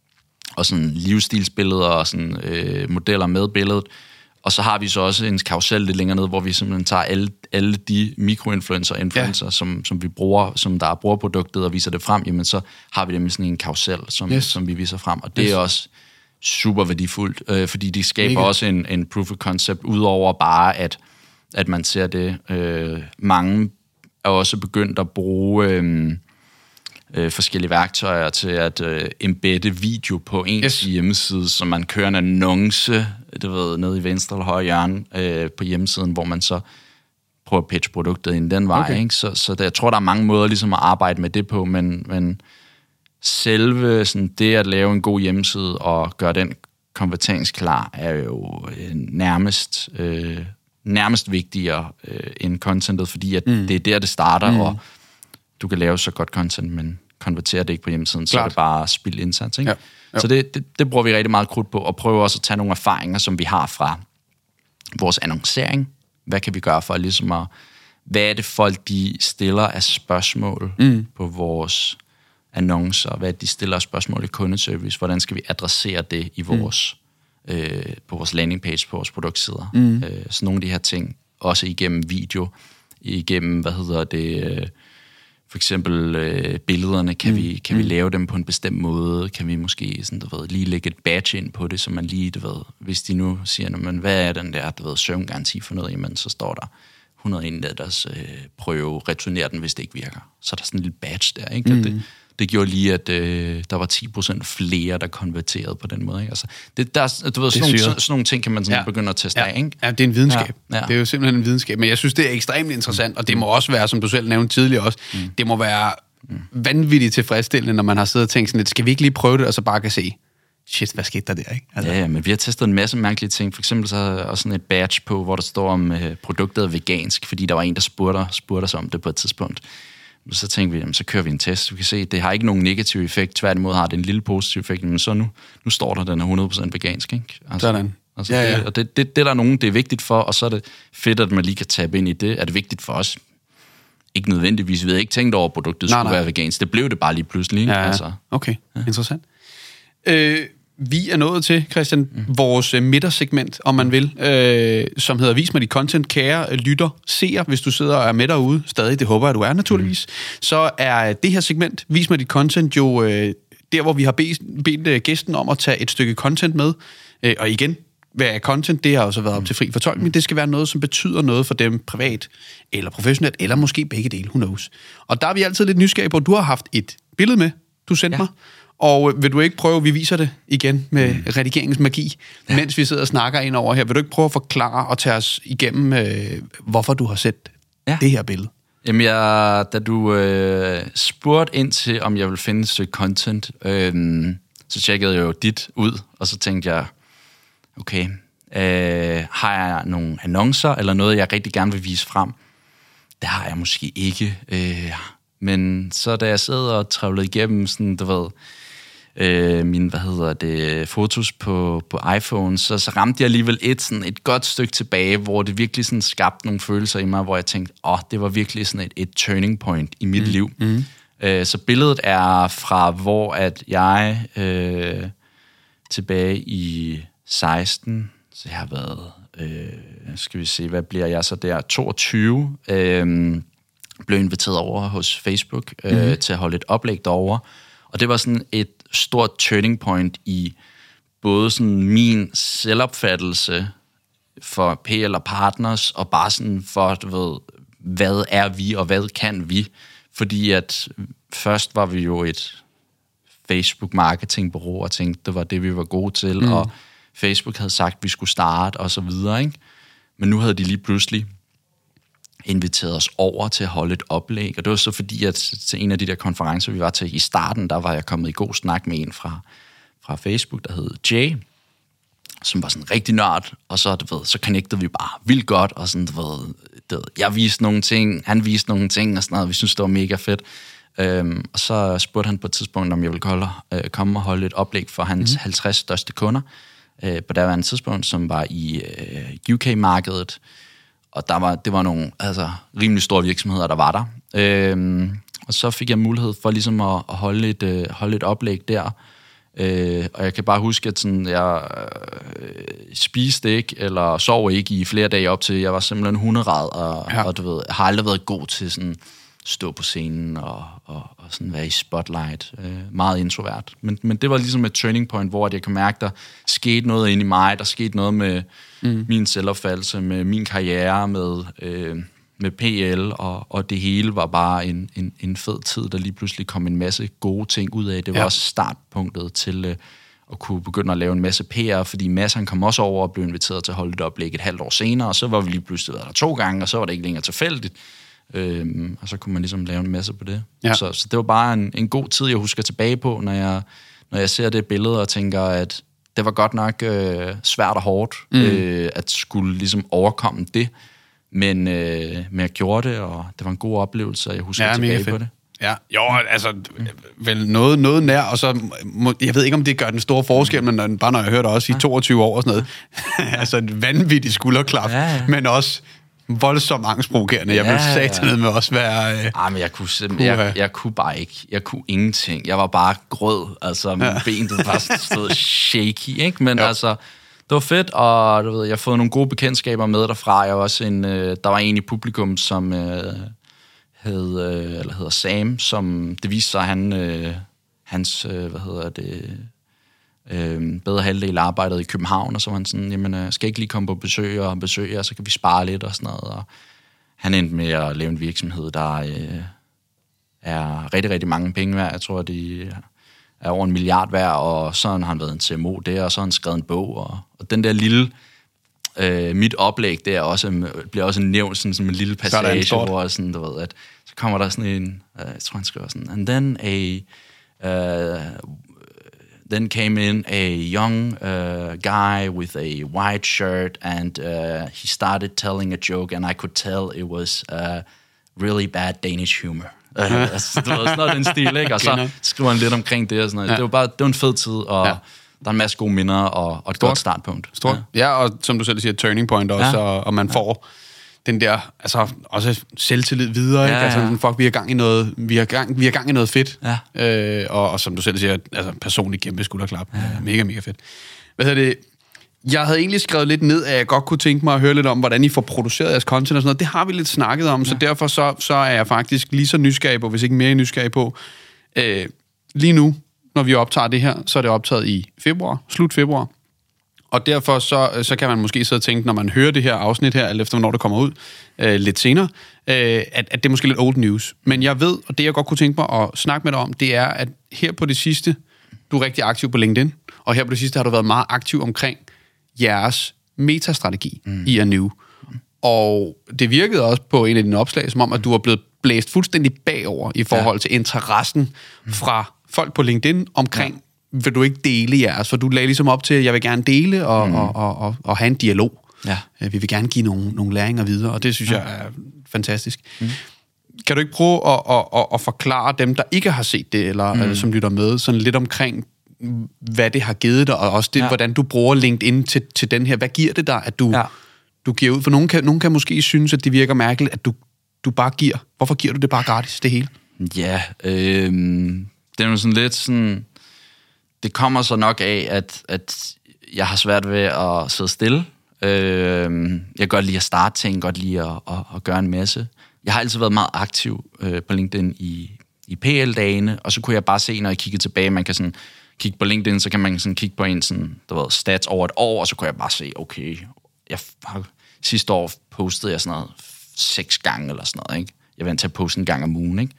og sådan livsstilsbilleder, og sådan øh, modeller med billedet. Og så har vi så også en karusel lidt længere ned, hvor vi simpelthen tager alle, alle de mikroinfluencer, influencer, ja. som, som vi bruger, som der bruger produktet og viser det frem, jamen så har vi dem i sådan en karusel, som, yes. som vi viser frem. Og det yes. er også super værdifuldt, øh, fordi de skaber Mega. også en, en proof of concept, udover bare, at, at man ser det. Øh, mange er også begyndt at bruge øh, øh, forskellige værktøjer til at øh, embedde video på ens yes. hjemmeside, så man kører en annonce, du ved, nede i venstre eller højre hjørne øh, på hjemmesiden, hvor man så prøver at pitche produktet ind den vej. Okay. Ikke? Så, så der, jeg tror, der er mange måder ligesom at arbejde med det på, men, men selve sådan, det at lave en god hjemmeside og gøre den konverteringsklar, er jo øh, nærmest, øh, nærmest vigtigere øh, end contentet, fordi at mm. det er der, det starter, mm. og du kan lave så godt content, men konverterer det ikke på hjemmesiden, Klart. Så er det bare spild indsats. Ikke? Ja. Så det, det, det bruger vi rigtig meget krudt på, og prøver også at tage nogle erfaringer, som vi har fra vores annoncering. Hvad kan vi gøre for ligesom at... Hvad er det folk, de stiller af spørgsmål mm. på vores annoncer? Hvad er det, de stiller af spørgsmål i kundeservice? Hvordan skal vi adressere det i vores, mm. øh, på vores landingpage, på vores produktsider? Mm. Øh, så nogle af de her ting, også igennem video, igennem, hvad hedder det... Øh, For eksempel øh, billederne, kan, mm. vi, kan mm. vi lave dem på en bestemt måde? Kan vi måske sådan, du ved, lige lægge et badge ind på det, så man lige, du ved, hvis de nu siger, men hvad er den der, du ved, søvngaranti for noget, jamen så står der hundrede og en letters øh, prøve, returnere den, hvis det ikke virker. Så er der sådan en lille badge der, ikke? Mm. Det, det gjorde lige, at øh, der var ti procent flere, der konverterede på den måde, ikke? Altså, det, der, du ved, sådan, nogle, sådan, sådan nogle ting kan man sådan ja. begynde at teste ja. af, ikke? Ja, det er en videnskab. Ja. Ja. Det er jo simpelthen en videnskab, men jeg synes, det er ekstremt interessant, og det må også være, som du selv nævnte tidligere også, mm. det må være mm. vanvittigt tilfredsstillende, når man har siddet og tænkt sådan lidt, skal vi ikke lige prøve det, og så bare kan se, shit, hvad skete der der, ikke? Altså. Ja, ja, men vi har testet en masse mærkelige ting. For eksempel så er der også sådan et badge på, hvor der står om øh, produktet er vegansk, fordi der var en, der spurgte, spurgte os om det på et tidspunkt. Så tænkte vi, jamen, så kører vi en test. Vi kan se, det har ikke nogen negativ effekt. Tværtimod har det en lille positiv effekt. Men så nu, nu står der, den er hundrede procent vegansk, ikke? Altså, Sådan. Altså, ja, ja. Det, og det, det, det er der nogen, det er vigtigt for, og så er det fedt, at man lige kan tabe ind i det. Er det vigtigt for os? Ikke nødvendigvis. Vi havde ikke tænkt over, at produktet nej, skulle nej. være vegansk. Det blev det bare lige pludselig. Ikke? Ja, ja. Altså, okay, ja. Interessant. Øh, vi er nået til, Christian, mm. vores midtersegment, om man vil, øh, som hedder Vis mig dit content, kære lytter, seer, hvis du sidder og er med derude stadig, det håber jeg, du er naturligvis, mm. så er det her segment, Vis mig dit content, jo øh, der, hvor vi har bedt, bedt gæsten om at tage et stykke content med, øh, og igen, hvad er content? Det har også været op til fri fortolkning. Det skal være noget, som betyder noget for dem privat eller professionelt, eller måske begge dele, who knows. Og der er vi altid lidt nysgerrige på, du har haft et billede med, du sendte ja. mig, og vil du ikke prøve, vi viser det igen med mm. redigeringens magi, ja. mens vi sidder og snakker ind over her. Vil du ikke prøve at forklare og tage os igennem, øh, hvorfor du har set ja. det her billede? Jamen, jeg, da du øh, spurgte ind til, om jeg ville finde et stykke content, øh, så tjekkede jeg jo dit ud, og så tænkte jeg, okay, øh, har jeg nogle annoncer, eller noget, jeg rigtig gerne vil vise frem? Det har jeg måske ikke. Øh, men så da jeg sad og travlede igennem sådan, du ved, øh, mine, hvad hedder det, fotos på, på iPhone, så, så ramte jeg alligevel et, sådan et godt stykke tilbage, hvor det virkelig sådan skabte nogle følelser i mig, hvor jeg tænkte, åh, oh, det var virkelig sådan et, et turning point i mit mm. liv. Mm. Øh, så billedet er fra, hvor at jeg øh, tilbage i seksten, så jeg har været, øh, skal vi se, hvad bliver jeg så der, toogtyve, øh, blev inviteret over hos Facebook øh, mm-hmm. til at holde et oplæg derovre, og det var sådan et stort turning point i både sådan min selvopfattelse for P L og partners, og bare sådan for, du ved, hvad er vi, og hvad kan vi, fordi at først var vi jo et Facebook-marketingbureau, og tænkte, det var det, vi var gode til, mm. og Facebook havde sagt, at vi skulle starte, og så videre, ikke? Men nu havde de lige pludselig inviteret os over til at holde et oplæg, og det var så fordi, at til en af de der konferencer, vi var til i starten, der var jeg kommet i god snak med en fra, fra Facebook, der hed Jay, som var sådan rigtig nørd, og så, du ved, så connectede vi bare vildt godt, og sådan, du ved, du ved, jeg viste nogle ting, han viste nogle ting, og sådan noget, vi synes det var mega fedt. Øhm, og så spurgte han på et tidspunkt, om jeg ville holde, øh, komme og holde et oplæg for hans mm. halvtreds største kunder, øh, på derværende tidspunkt, som var i øh, U K-markedet, og der var, det var nogle altså, rimelig store virksomheder, der var der. Øhm, og så fik jeg mulighed for ligesom at, at holde, et, øh, holde et oplæg der, øh, og jeg kan bare huske, at sådan, jeg øh, spiste ikke, eller sov ikke i flere dage op til, jeg var simpelthen hunderad, og, ja. og du ved, jeg har aldrig været god til sådan stå på scenen og, og, og sådan være i spotlight. Øh, meget introvert. Men, men det var ligesom et turning point, hvor jeg kunne mærke, der skete noget inde i mig, der skete noget med mm. min selvopfattelse, med min karriere, med, øh, med P L, og, og det hele var bare en, en, en fed tid, der lige pludselig kom en masse gode ting ud af. Det var ja. også startpunktet til øh, at kunne begynde at lave en masse P R, fordi Mads han kom også over og blev inviteret til at holde det oplæg et halvt år senere, og så var vi lige pludselig været der to gange, og så var det ikke længere tilfældigt. Øhm, og så kunne man ligesom lave en masse på det. Ja. Så, så det var bare en, en god tid, jeg husker tilbage på, når jeg, når jeg ser det billede og tænker, at det var godt nok øh, svært og hårdt, mm. øh, at skulle ligesom overkomme det. Men, øh, men jeg gjorde det, og det var en god oplevelse, og jeg husker ja, tilbage på det. Ja, jo, altså, vel noget, noget nær, og så, må, jeg ved ikke, om det gør den store forskel, men bare når jeg hørte også i toogtyve år og sådan noget, altså et vanvittigt skulderklap, ja, ja. men også voldsomt angstprovokerende. Jeg ja, ville satanet med også være... Øh, ah, men jeg kunne, jeg, jeg, jeg kunne bare ikke. Jeg kunne ingenting. Jeg var bare grød. Altså, mine ja. ben, det var stod shaky, ikke? Men jo. altså, det var fedt, og du ved, jeg har fået nogle gode bekendtskaber med derfra. Jeg var også en... Øh, der var en i publikum, som øh, hed, øh, eller hedder Sam, som det viste sig, at han, øh, hans, øh, hvad hedder det... Øh, bedre halvdel arbejdede i København, og så var han sådan, jamen, øh, skal jeg ikke lige komme på besøg og besøge, og så kan vi spare lidt og sådan noget, og han endte med at lave en virksomhed, der øh, er rigtig, rigtig mange penge værd. Jeg tror, de er over en milliard værd, og så har han været en C M O der, og så har han skrevet en bog, og, og den der lille, øh, mit oplæg der også, bliver også nævnt sådan, som en lille passage, hvor sådan, du ved, at så kommer der sådan en, øh, jeg tror han skriver sådan, and then a... Uh, Then came in a young uh, guy with a white shirt, and uh, he started telling a joke, and I could tell it was uh, really bad Danish humor. Uh, altså, det var sådan noget den stil, ikke? Og så skriver han lidt omkring det og sådan noget. Ja. Det var bare, det var en fed tid, og ja. der er en masse gode minder og, og et Stort. godt startpunkt. Stort. Ja. ja, og som du selv siger, turning point også, ja. og, og man får den der, altså også selvtillid videre, ja, ikke? Altså sådan, fuck, vi har gang i noget, vi har gang, vi har gang i noget fedt. Ja. Øh, og, og som du selv siger, altså personligt kæmpe skulderklap. Ja. Mega, mega fedt. Hvad hedder det? Jeg havde egentlig skrevet lidt ned, at jeg godt kunne tænke mig at høre lidt om, hvordan I får produceret jeres content og sådan noget. Det har vi lidt snakket om, ja. så derfor så, så er jeg faktisk lige så nysgerrig på, hvis ikke mere nysgerrig på. Øh, lige nu, når vi optager det her, så er det optaget i februar, slut februar. Og derfor så, så kan man måske sidde og tænke, når man hører det her afsnit her, eller efter hvornår det kommer ud øh, lidt senere, øh, at, at det er måske lidt old news. Men jeg ved, og det jeg godt kunne tænke mig at snakke med dig om, det er, at her på det sidste, du er rigtig aktiv på LinkedIn, og her på det sidste har du været meget aktiv omkring jeres metastrategi mm. i Anew. Mm. Og det virkede også på en af dine opslag, som om, at du var blevet blæst fuldstændig bagover i forhold ja. til interessen mm. fra folk på LinkedIn omkring, ja. vil du ikke dele jeres? For du lagde ligesom op til, at jeg vil gerne dele og, mm. og, og, og, og have en dialog. Ja. Vi vil gerne give nogle, nogle læringer videre, og det synes ja. jeg er fantastisk. Mm. Kan du ikke prøve at, at, at, at forklare dem, der ikke har set det, eller, mm. eller som lytter med, sådan lidt omkring, hvad det har givet dig, og også det, ja. hvordan du bruger LinkedIn til, til den her. Hvad giver det dig, at du, ja. du giver ud? For nogen kan, nogen kan måske synes, at det virker mærkeligt, at du, du bare giver. Hvorfor giver du det bare gratis, det hele? Ja, øh, det er jo sådan lidt sådan... Det kommer så nok af, at, at jeg har svært ved at sidde stille. Øh, jeg kan godt lide at starte ting, godt lide at, at, at gøre en masse. Jeg har altid været meget aktiv øh, på LinkedIn i, i P L-dagene, og så kunne jeg bare se, når jeg kiggede tilbage, man kan sådan kigge på LinkedIn, så kan man sådan kigge på en sådan, der var stats over et år, og så kunne jeg bare se, okay, jeg har, sidste år postede jeg sådan noget seks gange eller sådan noget, ikke? Jeg vant til at poste en gang om ugen, ikke?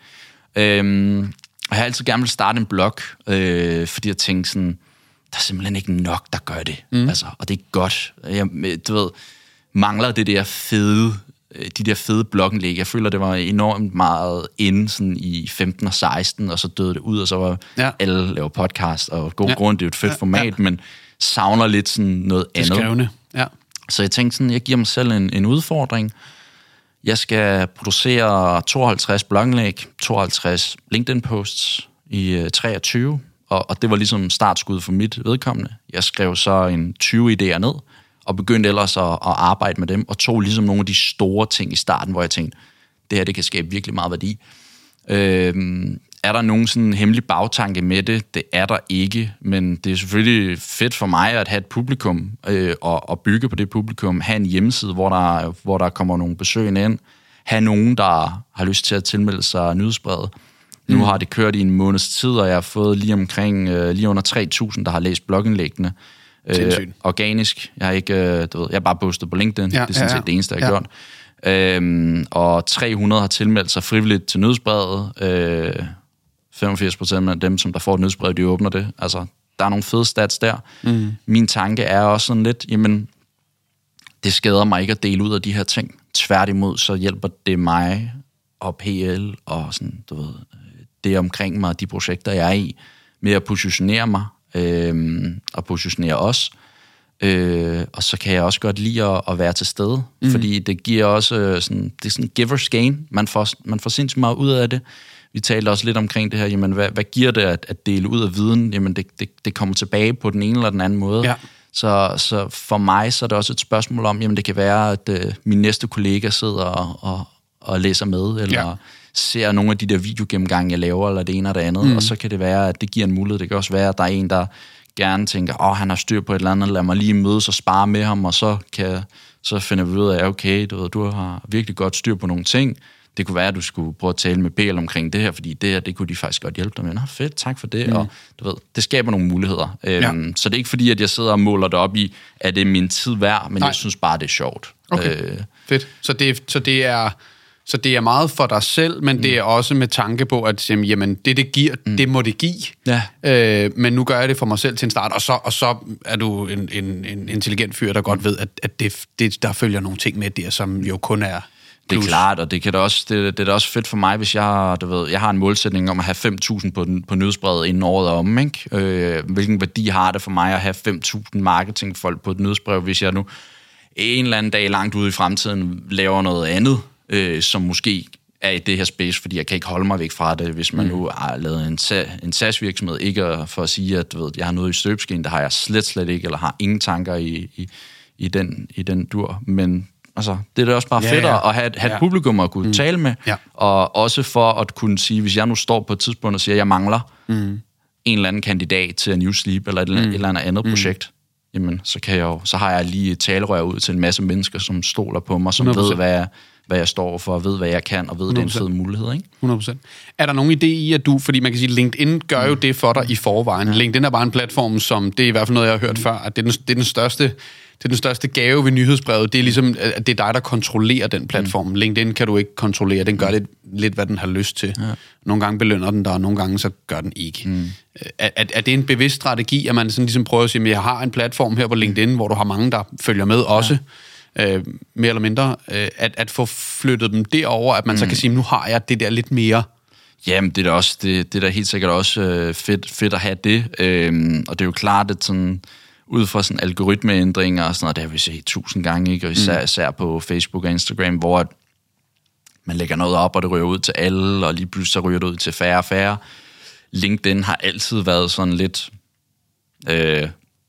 Øh, Og jeg har altid gerne vil starte en blog, øh, fordi jeg tænkte sådan, der er simpelthen ikke nok, der gør det. Mm. Altså, og det er godt. Jeg, du ved, mangler det der fede, de der fede blogindlæg. Jeg føler, det var enormt meget inde sådan i femten og seksten, og så døde det ud, og så var ja. alle laver podcast, og god ja. grund, det er jo et fedt ja. format, ja. men savner lidt sådan noget det andet. Skrevne. Ja. Så jeg tænkte sådan, jeg giver mig selv en, en udfordring. Jeg skal producere tooghalvtreds blogindlæg, tooghalvtreds LinkedIn-posts i uh, treogtyve, og, og det var ligesom startskud for mit vedkommende. Jeg skrev så en tyve idéer ned, og begyndte ellers at, at arbejde med dem, og tog ligesom nogle af de store ting i starten, hvor jeg tænkte, det her, det kan skabe virkelig meget værdi. Øhm, er der nogen sådan hemmelig bagtanke med det? Det er der ikke, men det er selvfølgelig fedt for mig at have et publikum, øh, og, og bygge på det publikum, have en hjemmeside, hvor der, hvor der kommer nogle besøgende ind, have nogen, der har lyst til at tilmelde sig nyhedsbrevet. Nu mm. har det kørt i en måneds tid, og jeg har fået lige omkring øh, lige under tre tusind, der har læst blogindlæggene. Øh, organisk. Jeg har ikke, øh, du ved, jeg har bare postet på LinkedIn. Ja, det er sådan ja, ja. set det eneste, jeg har ja. gjort. Øhm, og tre hundrede har tilmeldt sig frivilligt til nyhedsbrevet. Øh, femogfirs procent af dem, som der får et nyhedsbrev, de åbner det. Altså, der er nogle fede stats der. Mm. Min tanke er også sådan lidt, jamen, det skader mig ikke at dele ud af de her ting. Tværtimod, så hjælper det mig og P L og sådan, du ved, det omkring mig, de projekter, jeg er i, med at positionere mig øh, og positionere os. Øh, og så kan jeg også godt lide at, at være til stede, mm. fordi det giver også sådan, det er sådan givers gain. Man får, man får sindssygt meget ud af det. Vi talte også lidt omkring det her, jamen, hvad, hvad giver det at, at dele ud af viden? Jamen, det, det, det kommer tilbage på den ene eller den anden måde. Ja. Så, så for mig så er det også et spørgsmål om, jamen det kan være, at øh, min næste kollega sidder og, og, og læser med, eller ja. ser nogle af de der videogennemgange, jeg laver, eller det ene eller det andet, mm. og så kan det være, at det giver en mulighed. Det kan også være, at der er en, der gerne tænker, åh, han har styr på et eller andet, lad mig lige mødes og spare med ham, og så, kan, så finder vi ud af, okay, du, ved, du har virkelig godt styr på nogle ting. Det kunne være, at du skulle prøve at tale med P L omkring det her, fordi det her, det kunne de faktisk godt hjælpe dig med. Nå, fedt, tak for det. Mm. Og du ved, det skaber nogle muligheder. Ja. Øhm, så det er ikke fordi, at jeg sidder og måler det op i, at det er min tid værd, men Nej. jeg synes bare, det er sjovt. Okay, øh, fedt. Så det, så det er... Så det er meget for dig selv, men mm. det er også med tanke på, at jamen, det, det giver, mm. det må det give. Ja. Øh, men nu gør jeg det for mig selv til en start, og så, og så er du en, en, en intelligent fyr, der godt ved, at, at det, det, der følger nogle ting med der, som jo kun er plus. Det er klart, og det, kan da også, det, det er da også fedt for mig, hvis jeg, du ved, jeg har en målsætning om at have fem tusind på, på nyhedsbrevet inden året om. Ikke? Øh, hvilken værdi har det for mig at have fem tusind marketingfolk på et nyhedsbrev, hvis jeg nu en eller anden dag langt ude i fremtiden laver noget andet, Øh, som måske er i det her space, fordi jeg kan ikke holde mig væk fra det, hvis man mm. nu har lavet en, en SaaS-virksomhed, ikke for at sige, at du ved, jeg har noget i støbeskeen, det har jeg slet, slet ikke, eller har ingen tanker i, i, i, den, i den dur, men altså, det er da også bare ja, federe ja. at have, have et ja. publikum at kunne mm. tale med, ja. og også for at kunne sige, hvis jeg nu står på et tidspunkt og siger, at jeg mangler mm. en eller anden kandidat til en New Sleep, eller et, mm. et eller andet andet mm. projekt, jamen, så, kan jeg jo, så har jeg lige et talerør ud til en masse mennesker, som stoler på mig, som hundrede procent ved, hvad jeg hvad jeg står for, ved, hvad jeg kan, og ved, det er en fed mulighed, ikke? hundrede procent. Er der nogen idé i, at du, fordi man kan sige, LinkedIn gør jo det for dig i forvejen. Ja. LinkedIn er bare en platform, som, det er i hvert fald noget, jeg har hørt mm. før, at det er, den, det er den største, det er den største gave ved nyhedsbrevet. Det er ligesom, at det er dig, der kontrollerer den platform. Mm. LinkedIn kan du ikke kontrollere, den gør lidt, lidt hvad den har lyst til. Ja. Nogle gange belønner den dig, og nogle gange så gør den ikke. Mm. Er, er, er det en bevidst strategi, at man sådan ligesom prøver at sige, at jeg har en platform her på LinkedIn, mm. hvor du har mange, der følger med også, ja. Øh, mere eller mindre, øh, at, at få flyttet dem derover, at man mm. så kan sige, nu har jeg det der lidt mere. Jamen, det er da også, det, det er da helt sikkert også øh, fedt, fedt at have det, øh, og det er jo klart, at sådan, ud fra sådan algoritmeændringer og sådan noget, det har vi set tusind gange, ikke? Og især, mm. især på Facebook og Instagram, hvor at man lægger noget op, og det ryger ud til alle, og lige pludselig så ryger det ud til færre og færre. LinkedIn har altid været sådan lidt øh,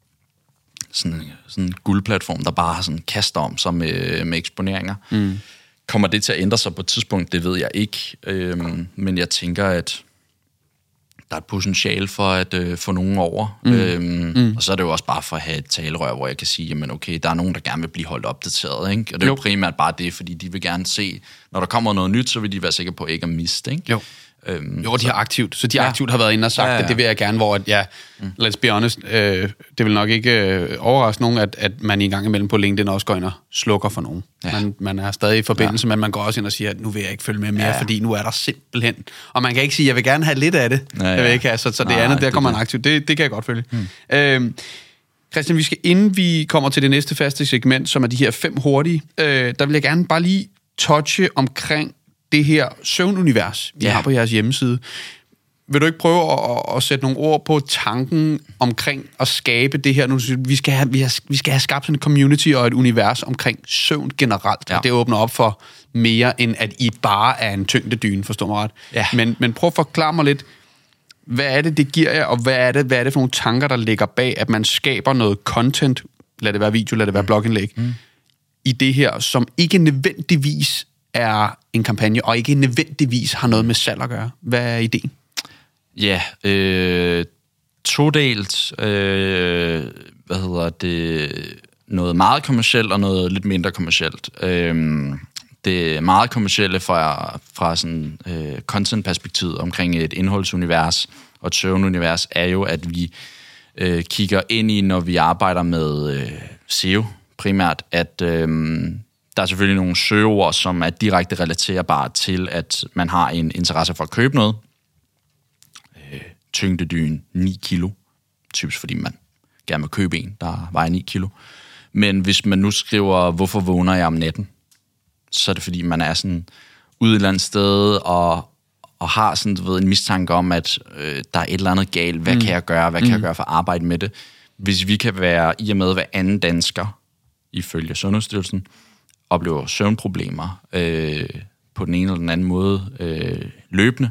sådan, sådan en guldplatform, der bare sådan kaster om sig med, med eksponeringer. Mm. Kommer det til at ændre sig på et tidspunkt? Det ved jeg ikke. Øhm, men jeg tænker, at der er et potentiale for at øh, få nogen over. Mm. Øhm, mm. Og så er det jo også bare for at have et talerør, hvor jeg kan sige, jamen okay, der er nogen, der gerne vil blive holdt opdateret. Ikke? Og det er jo, jo primært bare det, fordi de vil gerne se, når der kommer noget nyt, så vil de være sikre på ikke at miste. Ikke? Jo. Øhm, jo, de har aktivt. Så de ja. aktivt har været inde og sagt, ja, ja. at det vil jeg gerne, hvor at, ja, mm. let's be honest, øh, det vil nok ikke øh, overraske nogen, at, at man i gang imellem på LinkedIn også går ind og slukker for nogen. Ja. Man, man er stadig i forbindelse, ja. men man går også ind og siger, at nu vil jeg ikke følge med mere, ja. fordi nu er der simpelthen... Og man kan ikke sige, at jeg vil gerne have lidt af det. Ja, ja. Jeg vil ikke have, så, så det Nej, andet, der kommer man aktivt. Det, det kan jeg godt følge. Mm. Øhm, Christian, vi skal, inden vi kommer til det næste faste segment, som er de her fem hurtige, øh, der vil jeg gerne bare lige touche omkring det her søvnunivers, vi ja. har på jeres hjemmeside. Vil du ikke prøve at, at sætte nogle ord på tanken omkring at skabe det her? Nu, vi, skal have, vi, har, vi skal have skabt sådan en community og et univers omkring søvn generelt. Ja. Og det åbner op for mere, end at I bare er en tyngdedyne, forstår mig ret. Ja. Men, men prøv at forklare mig lidt, hvad er det, det giver jer, og hvad er det, hvad er det for nogle tanker, der ligger bag, at man skaber noget content, lad det være video, lad det være mm. blogindlæg, mm. i det her, som ikke nødvendigvis er en kampagne, og ikke nødvendigvis har noget med salg at gøre. Hvad er ideen? Ja, øh, todelt, øh, hvad hedder det, noget meget kommercielt og noget lidt mindre kommercielt. Øh, det meget kommercielle fra, fra sådan øh, content-perspektivet omkring et indholdsunivers og et søvnunivers, er jo, at vi øh, kigger ind i, når vi arbejder med øh, S E O primært, at øh, der er selvfølgelig nogle søgeord, som er direkte relaterbare til, at man har en interesse for at købe noget. Øh, tyngdedyn ni kilo, typisk fordi man gerne vil købe en, der vejer ni kilo. Men hvis man nu skriver, hvorfor vågner jeg om natten, så er det fordi, man er sådan ude et eller andet sted, og, og har sådan, du ved, en mistanke om, at øh, der er et eller andet galt. Hvad mm. kan jeg gøre? Hvad kan mm. jeg gøre for at arbejde med det? Hvis vi kan være i og med, hvad anden dansker, ifølge Sundhedsstyrelsen, oplever søvnproblemer øh, på den ene eller den anden måde øh, løbende,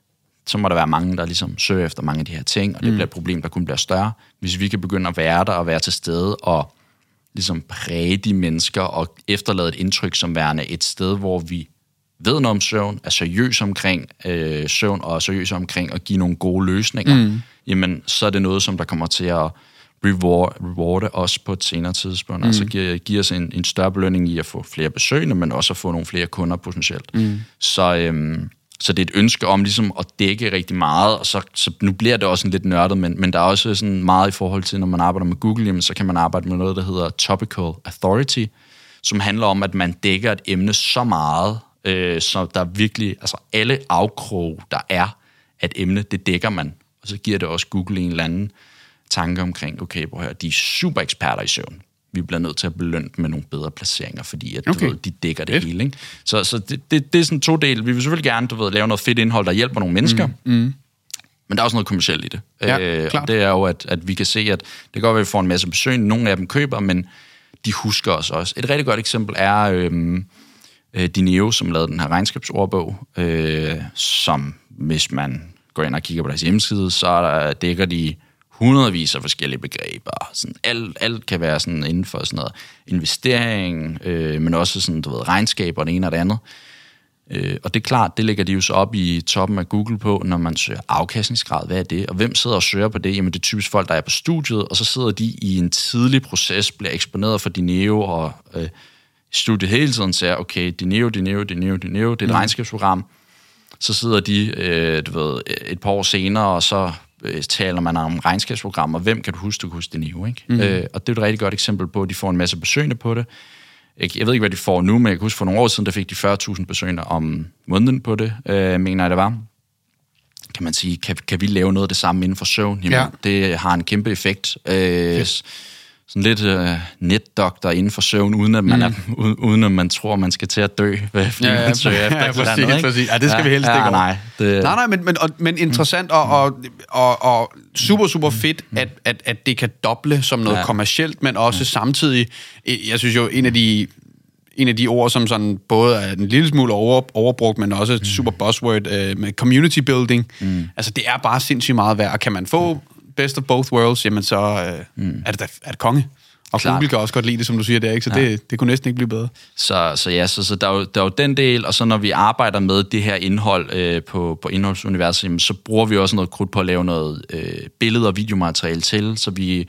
så må der være mange, der ligesom søger efter mange af de her ting, og det mm. bliver et problem, der kun bliver større. Hvis vi kan begynde at være der og være til stede og ligesom præge de mennesker og efterlade et indtryk som værende et sted, hvor vi ved noget om søvn, er seriøs omkring øh, søvn og er seriøs omkring at give nogle gode løsninger, mm. jamen så er det noget, som der kommer til at reward, rewarde os på et senere tidspunkt. Mm. Altså giver, giver os en, en større belønning i at få flere besøgende, men også at få nogle flere kunder potentielt. Mm. Så, øhm, så det er et ønske om ligesom at dække rigtig meget, og så, så nu bliver det også en lidt nørdet, men, men der er også sådan meget i forhold til, når man arbejder med Google, jamen, så kan man arbejde med noget, der hedder Topical Authority, som handler om, at man dækker et emne så meget, øh, så der virkelig, altså alle afkrog, der er af et emne, det dækker man. Og så giver det også Google en eller anden tanke omkring, okay, prøv at høre, de er super eksperter i søvn. Vi bliver nødt til at belønne med nogle bedre placeringer, fordi at, okay. du ved, de dækker det hele. Ikke? Så, så det, det, det er sådan to dele. Vi vil selvfølgelig gerne du ved, lave noget fedt indhold, der hjælper nogle mennesker, mm. Mm. men der er også noget kommercielt i det. Ja, øh, og det er jo, at, at vi kan se, at det kan godt være, at vi får en masse besøg, nogle af dem køber, men de husker os også. Et rigtig godt eksempel er øhm, øh, Dineo, som lavede den her regnskabsordbog, øh, som hvis man går ind og kigger på deres hjemmeside, så der, dækker de hundredvis af forskellige begreber. Sådan, alt, alt kan være sådan inden for sådan noget investering, øh, men også sådan, du ved, regnskaber og det ene og det andet. Øh, og det er klart, det lægger de jo så op i toppen af Google på, når man søger afkastningsgrad. Hvad er det? Og hvem sidder og søger på det? Jamen det er typisk folk, der er på studiet, og så sidder de i en tidlig proces, bliver eksponeret for Dineo, og øh, studiet hele tiden siger, okay, Dineo, Dineo, Dineo, Dineo, det er et mm. regnskabsprogram. Så sidder de øh, du ved, et par år senere, og så taler man om regnskabsprogrammer. Hvem kan du huske, du kan huske Dineo, ikke? Mm. Øh, og det er et rigtig godt eksempel på, at de får en masse besøgende på det. Jeg ved ikke, hvad de får nu, men jeg kan huske, for nogle år siden, der fik de fyrre tusind besøgende om måneden på det, øh, mener jeg, det var. Kan man sige, kan, kan vi lave noget af det samme inden for søvn? Jamen, ja. Det har en kæmpe effekt. Øh, yes. Sådan lidt øh, netdoktor inden for søvn, uden at man, mm. er, uden at man tror, man skal til at dø, fordi ja, ja, man søger efter ja, præcis, andet, præcis. Ja, det skal ja, vi helst ikke ja, over. Nej, det... nej, nej, men, men, og, men interessant og, og, og, og super, super fedt, at, at, at det kan doble som noget ja. kommercielt, men også ja. samtidig, jeg synes jo, en af de... en af de ord, som sådan både er en lille smule over, overbrugt, men også et mm. super buzzword øh, med community building. Mm. Altså, det er bare sindssygt meget værd, og kan man få best of both worlds, jamen så øh, mm. er, det, er det konge. Og Klart. Google kan også godt lide det, som du siger der, ikke? Så ja. det, det kunne næsten ikke blive bedre. Så, så ja, så, så der, er jo, der er jo den del, og så når vi arbejder med det her indhold øh, på, på indholdsuniverset, så bruger vi også noget krudt på at lave noget øh, billeder og videomateriale til, så vi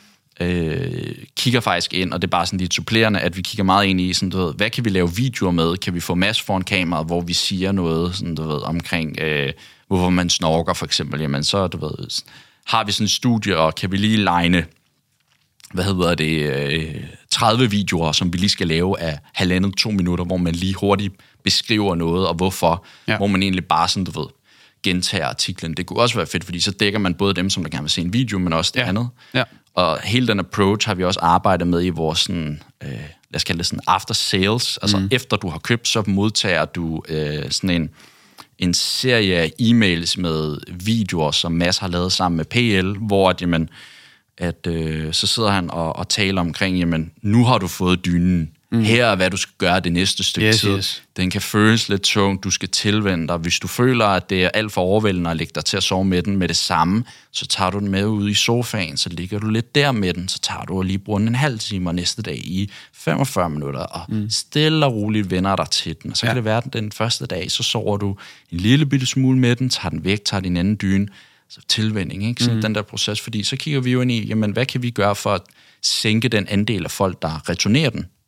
øh, kigger faktisk ind, og det er bare sådan lidt supplerende, at vi kigger meget ind i, sådan, du ved, hvad kan vi lave videoer med? Kan vi få masse foran kameraet, hvor vi siger noget sådan, du ved, omkring, øh, hvorfor man snorker for eksempel, jamen så, du ved, har vi sådan et studie, og kan vi lige line hvad hedder det, tredive videoer, som vi lige skal lave af halvandet to minutter, hvor man lige hurtigt beskriver noget, og hvorfor, ja. hvor man egentlig bare sådan, du ved, gentager artiklen. Det kunne også være fedt, fordi så dækker man både dem, som der gerne vil se en video, men også det ja. andet. Ja. Og hele den approach har vi også arbejdet med i vores sådan, øh, lad os kalde det sådan after sales, altså mm. efter du har købt, så modtager du øh, sådan en en serie af e-mails med videoer, som Mads har lavet sammen med P L, hvor at, jamen, at øh, så sidder han og, og taler omkring, jamen, nu har du fået dynen. Mm. Her er, hvad du skal gøre det næste stykke yes, tid. Yes. Den kan føles lidt tung, du skal tilvende dig. Hvis du føler, at det er alt for overvældende at lægge dig til at sove med den med det samme, så tager du den med ud i sofaen, så ligger du lidt der med den, så tager du og lige bruger den en halv time, og næste dag i femogfyrre minutter, og mm. stille og roligt vender dig til den. Og så ja. kan det være, at den første dag, så sover du en lille bitte smule med den, tager den væk, tager din anden dyne, så tilvænning, ikke? Sådan mm. den der proces, fordi så kigger vi jo ind i, jamen, hvad kan vi gøre for at sænke den andel af folk, der returnerer den?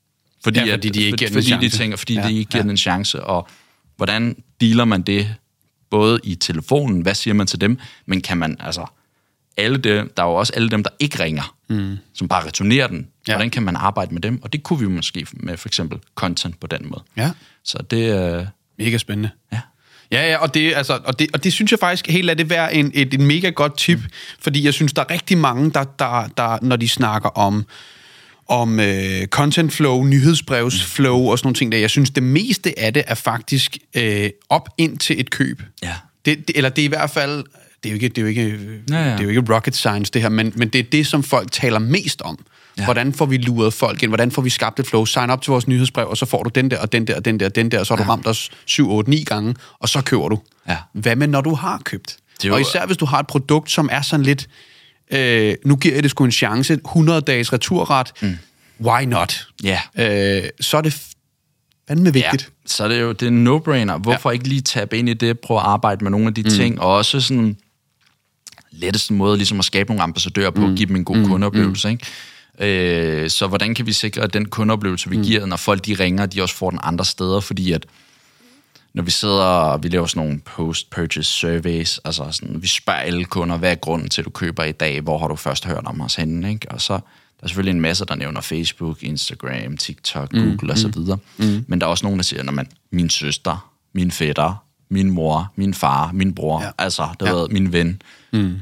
Fordi, ja, fordi at, de ikke for, giver den fordi en chance. de tænker, fordi ja, de ikke giver ja. den en chance, og hvordan dealer man det, både i telefonen, hvad siger man til dem, men kan man, altså, alle det, der er jo også alle dem, der ikke ringer, mm. som bare returnerer den, ja. Hvordan kan man arbejde med dem, og det kunne vi måske med for eksempel content på den måde. Ja. Så det er... Øh... Mega spændende. Ja. Ja, ja, og det, altså, og, det, og det synes jeg faktisk helt af det være en, et, et mega godt tip, mm. fordi jeg synes, der er rigtig mange, der, der, der når de snakker om, om øh, content flow, nyhedsbrevsflow mm. og sådan nogle ting der, jeg synes, det meste af det er faktisk øh, op ind til et køb. Ja. Det, det, eller det er i hvert fald, det er jo ikke, det er jo ikke, ja, ja. Det er jo ikke rocket science det her, men, men det er det, som folk taler mest om. Ja. Hvordan får vi luret folk ind? Hvordan får vi skabt et flow? Sign op til vores nyhedsbrev, og så får du den der, og den der, og den der, og den der, og så har ja. du ramt os syv, otte, ni gange, og så køber du. Ja. Hvad med, når du har købt? Jo... Og især hvis du har et produkt, som er sådan lidt, øh, nu giver jeg det sgu en chance, hundrede dages returret, mm. why not? Ja. Øh, så er det fandme vigtigt. Ja. Så er det jo det er en no-brainer. Hvorfor ja. ikke lige tabe ind i det, prøve at arbejde med nogle af de mm. ting, og også sådan letteste måde ligesom at skabe nogle ambassadører på, mm. at give dem en god mm. kundeoplevelse, ikke? Øh, så hvordan kan vi sikre, at den kundeoplevelse, vi mm. giver, når folk de ringer, de også får den andre steder, fordi at når vi sidder og vi laver sådan nogle post-purchase surveys, altså sådan, vi spørger alle kunder, hvad er grunden til, at du køber i dag, hvor har du først hørt om os henne, ikke? Og så der er selvfølgelig en masse, der nævner Facebook, Instagram, TikTok, mm. Google og så videre, mm. men der er også nogen, der siger, når man, min søster, min fætter, min mor, min far, min bror, ja. altså, det ja. ved, min ven. Mm.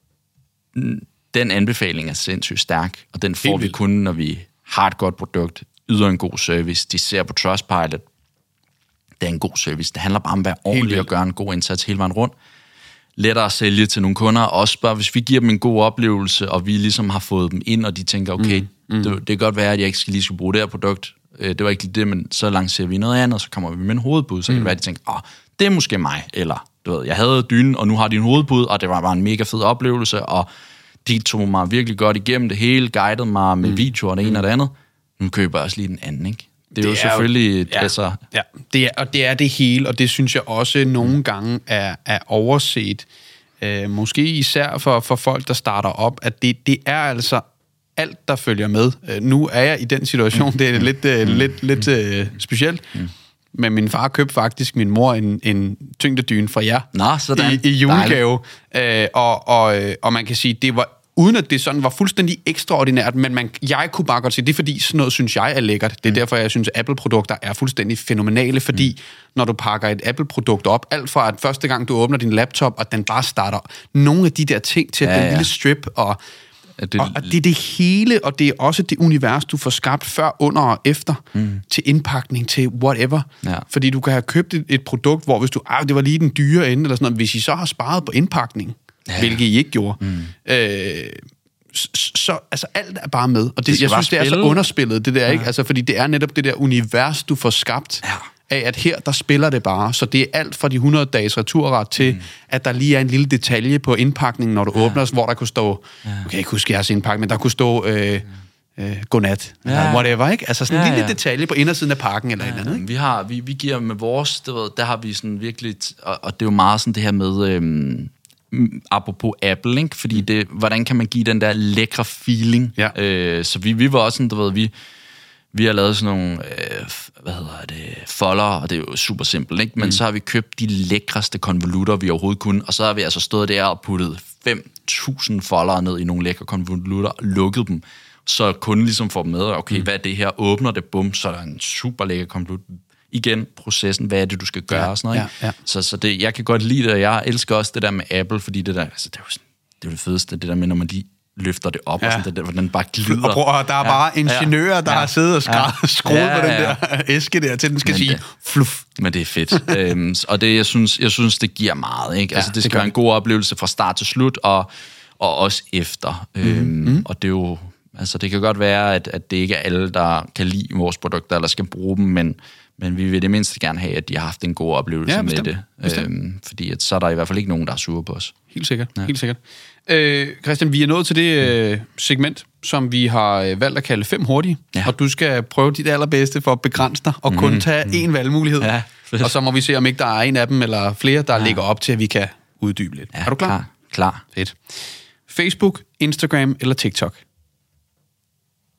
Den anbefaling er sindssygt stærk, og den får vi kun, når vi har et godt produkt, yder en god service. De ser på Trustpilot, det er en god service. Det handler bare om at være ordentlig og gøre en god indsats hele vejen rundt. Lettere at sælge til nogle kunder, og også bare, hvis vi giver dem en god oplevelse, og vi ligesom har fået dem ind, og de tænker, okay, mm, mm. Det, det kan godt være, at jeg ikke skal lige skal bruge det her produkt. Det var ikke lige det, men så lancerer vi noget andet, og så kommer vi med en hovedbud, så mm. kan det være, at de tænker, åh, det er måske mig, eller du ved, jeg havde dynen, og nu har de en hovedbud, og det var bare en mega fed oplevelse, og de tog mig virkelig godt igennem det hele, guidede mig med mm. videoer og det ene og det andet. Nu køber jeg også lige den anden, ikke? Det er det jo er selvfølgelig... Jo, ja, altså, ja. Det er, og det er det hele, og det synes jeg også nogle gange er, er overset. Øh, måske især for, for folk, der starter op, at det, det er altså alt, der følger med. Øh, nu er jeg i den situation, mm. det er lidt, øh, lidt, lidt øh, specielt. Mm. Men min far købte faktisk min mor en, en tyngdedyne fra jer. Nå, sådan. I, i julegave. Øh, og, og, og man kan sige, det var uden at det sådan var fuldstændig ekstraordinært, men man, jeg kunne bare godt sige, det er fordi sådan noget, synes jeg er lækkert. Det er mm. derfor, jeg synes, at Apple-produkter er fuldstændig fænomenale, fordi mm. når du pakker et Apple-produkt op, alt fra at første gang, du åbner din laptop, og den bare starter nogle af de der ting til, at ja, den ja. lille strip, og, det, og, og det er det hele, og det er også det univers, du får skabt før, under og efter, mm. til indpakning, til whatever. Ja. Fordi du kan have købt et, et produkt, hvor hvis du, ah, det var lige den dyre ende, eller sådan noget, hvis I så har sparet på indpakning, ja. hvilket I ikke gjorde, mm. øh, så, så altså alt er bare med. Og det, det jeg synes, det er så underspillet, det der, ja. ikke? Altså, fordi det er netop det der univers, du får skabt, ja. af at her, der spiller det bare. Så det er alt fra de hundrede dages returret til, mm. at der lige er en lille detalje på indpakningen, når du ja. åbner, hvor der kunne stå, ja. okay, jeg kan ikke huske jeres indpakning, men der kunne stå, øh, øh, godnat, ja. eller whatever, ikke? Altså sådan en ja, lille ja. detalje på indersiden af pakken, eller ja. et eller andet, ikke? Vi, har, vi, vi giver med vores, det ved, der har vi sådan virkelig, og, og det er jo meget sådan det her med, øhm, apropos Apple, ikke? Fordi det, hvordan kan man give den der lækre feeling? Ja. Øh, så vi, vi var også sådan, du ved, vi, vi har lavet sådan nogle, øh, hvad hedder det, folder, og det er jo super simpelt, ikke? Men mm. så har vi købt de lækreste konvolutter, vi overhovedet kunne, og så har vi altså stået der og puttet fem tusind folder ned i nogle lækre konvolutter, og lukket dem, så kunden ligesom får dem med, okay, mm. hvad er det her? Åbner det, bum, så er der en super lækker konvolut. Igen, processen, hvad er det, du skal gøre, ja, og sådan noget, ikke? Ja, ja. Så, så det, jeg kan godt lide det, og jeg elsker også det der med Apple, fordi det der, altså, det er jo sådan, det er det fedeste, det der med, når man lige løfter det op, ja. og sådan, det der, hvordan den bare glider. Og prøv, der er ja, bare ingeniører, ja, der ja, har siddet og skruet ja, skruet ja, på den der ja. æske der, til den skal men sige, det, fluff. Men det er fedt. øhm, og det, jeg synes, jeg synes, det giver meget, ikke? Altså, ja, det skal det være en god oplevelse fra start til slut, og, og også efter. Mm-hmm. Øhm, og det er jo, altså, det kan godt være, at, at det ikke er alle, der kan lide vores produkter, eller skal bruge dem, men Men vi vil det mindste gerne have, at de har haft en god oplevelse ja, bestemt, med det. Øhm, fordi at, så er der i hvert fald ikke nogen, der er sure på os. Helt sikkert. Ja. Helt sikkert. Øh, Christian, vi er nået til det øh, segment, som vi har valgt at kalde fem hurtige. Ja. Og du skal prøve dit allerbedste for at begrænse dig, og mm, kun tage mm. én valgmulighed. Ja, og så må vi se, om ikke der er en af dem, eller flere, der ja. ligger op til, at vi kan uddybe lidt. Ja, er du klar? Klar. klar. Fedt. Facebook, Instagram eller TikTok?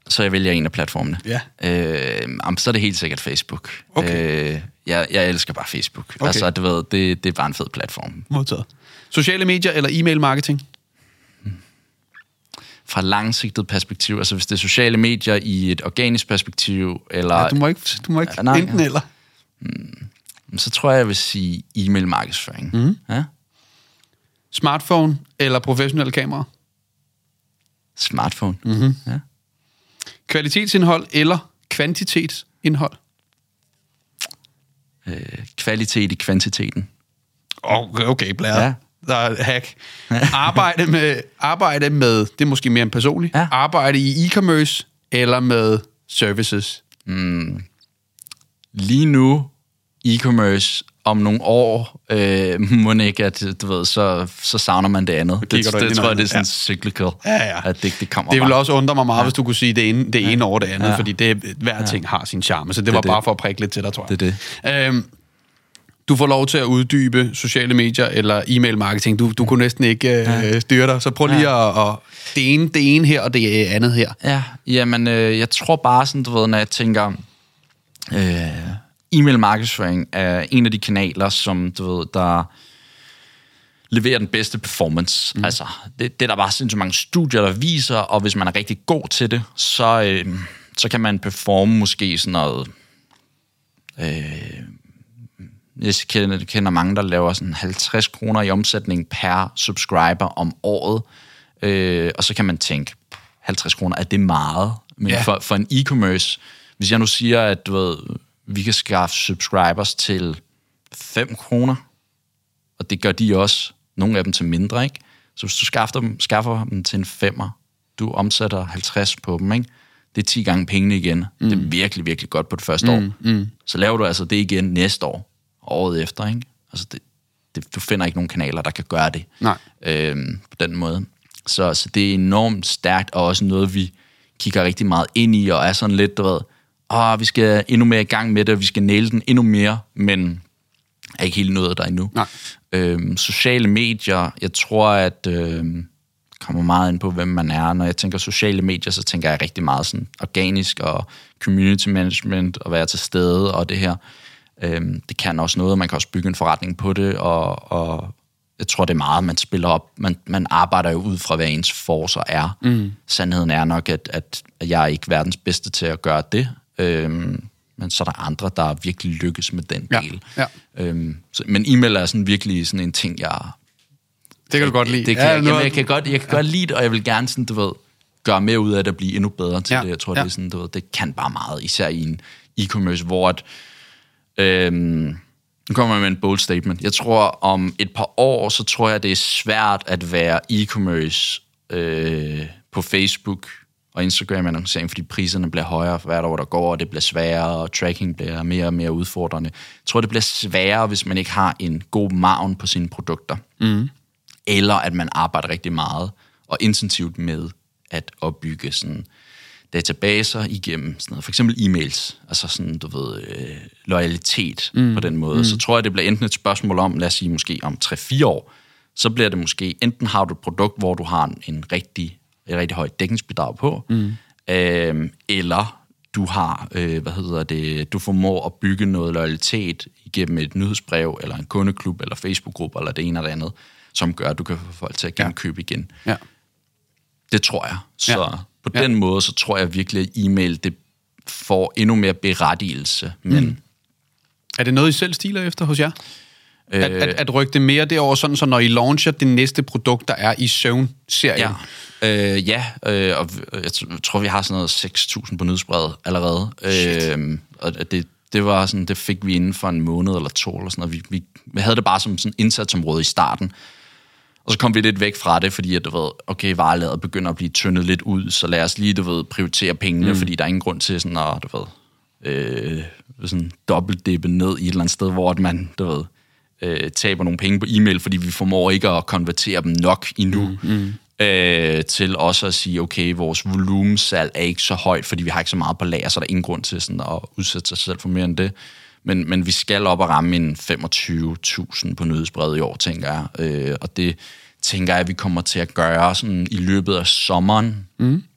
så jeg vælger en af platformene. Ja. Øh, så er det helt sikkert Facebook. Okay. Øh, jeg, jeg elsker bare Facebook. Okay. Altså, du ved, det, det er bare en fed platform. Modtaget. Sociale medier eller e-mail marketing? Fra et langsigtet perspektiv, altså hvis det er sociale medier i et organisk perspektiv, eller... Ja, du må ikke, du må ikke ja, nej, enten ja. eller. Hmm, så tror jeg, jeg vil sige e-mail markedsføring. Mm. Ja? Smartphone eller professionelle kamera? Smartphone. Mm-hmm. Ja. Kvalitetsindhold eller kvantitetsindhold? Øh, kvalitet i kvantiteten. Okay, okay blæret. Ja. Der er hack. Arbejde med, arbejde med, det er måske mere en personlig, ja. Arbejde i e-commerce eller med services? Mm. Lige nu, e-commerce, om nogle år, øh, må ikke, at du ved, så, så savner man det andet. Det, det, det tror jeg, det er sådan ja. cyclical, ja, ja. at det, det kommer Det vil bare. også undre mig meget, ja. hvis du kunne sige det ene, det ene ja. år det andet, ja. fordi det, hver ja. ting har sin charme, så det, det var det. bare for at prikke lidt til dig, tror jeg. Det er det. Øhm, du får lov til at uddybe sociale medier eller e-mail marketing. Du, du kunne næsten ikke øh, ja. styre dig, så prøv lige ja. at, at det, ene, det ene her og det andet her. Ja, jamen øh, jeg tror bare sådan, du ved, når jeg tænker... Øh, e-mail markedsføring er en af de kanaler, som du ved, der leverer den bedste performance. Mm. Altså, det, det er der bare sindssygt mange studier, der viser, og hvis man er rigtig god til det, så, øh, så kan man performe måske sådan noget... Øh, jeg kender, kender mange, der laver sådan halvtreds kroner i omsætning per subscriber om året, øh, og så kan man tænke, halvtreds kroner, er det meget? Men ja. for, for en e-commerce, hvis jeg nu siger, at du ved, vi kan skaffe subscribers til fem kroner, og det gør de også, nogle af dem til mindre, ikke? Så hvis du skaffer dem, skaffer dem til en femmer, du omsætter halvtreds på dem, ikke? Det er ti gange pengene igen. Mm. Det er virkelig, virkelig godt på det første mm. år. Mm. Så laver du altså det igen næste år, året efter, ikke? Altså det, det, du finder ikke nogen kanaler, der kan gøre det. Nej. Øhm, på den måde. Så, så det er enormt stærkt, og også noget, vi kigger rigtig meget ind i, og er sådan lidt, du ved, åh, vi skal endnu mere i gang med det, vi skal næle den endnu mere, men er ikke helt nået der endnu. Nej. Øhm, sociale medier, jeg tror, at øhm, kommer meget ind på, hvem man er. Når jeg tænker sociale medier, så tænker jeg rigtig meget sådan organisk og community management, og være til stede, og det her. Øhm, det kan også noget, man kan også bygge en forretning på det, og, og jeg tror, det er meget, man spiller op. Man, man arbejder jo ud fra, hvad ens forcer er. Mm. Sandheden er nok, at, at jeg er ikke verdens bedste til at gøre det, øhm, men så er der andre, der virkelig lykkes med den del. Ja, ja. Øhm, så, men e-mail er sådan virkelig sådan en ting, jeg... Det kan du godt lide. Det kan, ja, jamen, jeg kan godt, jeg kan ja. godt lide det, og jeg vil gerne sådan, du ved, gøre mere ud af det, at blive endnu bedre til ja. det. Jeg tror, ja. det er sådan, du ved, det kan bare meget, især i en e-commerce, hvor at, øhm, nu kommer jeg med en bold statement. Jeg tror, om et par år, så tror jeg, det er svært at være e-commerce øh, på Facebook og Instagram annoncering, fordi priserne bliver højere for hvert år, der går, og det bliver sværere, og tracking bliver mere og mere udfordrende. Jeg tror, det bliver sværere, hvis man ikke har en god margen på sine produkter. Mm. Eller at man arbejder rigtig meget og intensivt med at opbygge sådan databaser igennem sådan noget, for eksempel e-mails, altså sådan, du ved, øh, loyalitet mm. på den måde. Mm. Så tror jeg, det bliver enten et spørgsmål om, lad os sige måske om tre fire år, så bliver det måske, enten har du et produkt, hvor du har en, en rigtig, et rigtig højt dækningsbidrag på, mm. øh, eller du har, øh, hvad hedder det, du formår at bygge noget loyalitet igennem et nyhedsbrev, eller en kundeklub, eller Facebook-gruppe, eller det ene eller det andet, som gør, at du kan få folk til at genkøbe ja. igen. Ja. Det tror jeg. Så ja. på ja. den måde, så tror jeg virkelig, at e-mail, det får endnu mere berettigelse. Men mm. Er det noget, I selv stiler efter hos jer? Øh, at, at, at rykke det mere derover, sådan så når I launcher det næste produkt, der er i Søvn-serien? Ja, øh, ja øh, og jeg tror, vi har sådan noget seks tusind på nyhedsbrevet allerede. Øh, og det, det var sådan, det fik vi inden for en måned eller to, eller sådan noget. Vi, vi, vi havde det bare som sådan indsatsområde i starten. Og så kom vi lidt væk fra det, fordi at, du ved, okay, varelaget begynder at blive tyndet lidt ud, så lad os lige, du ved, prioritere pengene, mm. fordi der er ingen grund til sådan at, du ved, øh, sådan dobbeltdippe ned i et eller andet sted, hvor man, du ved, øh, taber nogle penge på e-mail, fordi vi formår ikke at konvertere dem nok endnu, mm. Mm. Øh, til også at sige, okay, vores volumensalg er ikke så højt, fordi vi har ikke så meget på lager, så der er ingen grund til sådan at udsætte sig selv for mere end det. Men, men vi skal op og ramme en femogtyve tusind på nyhedsbrevet i år, tænker jeg. Øh, og det tænker jeg, at vi kommer til at gøre sådan i løbet af sommeren. Mm.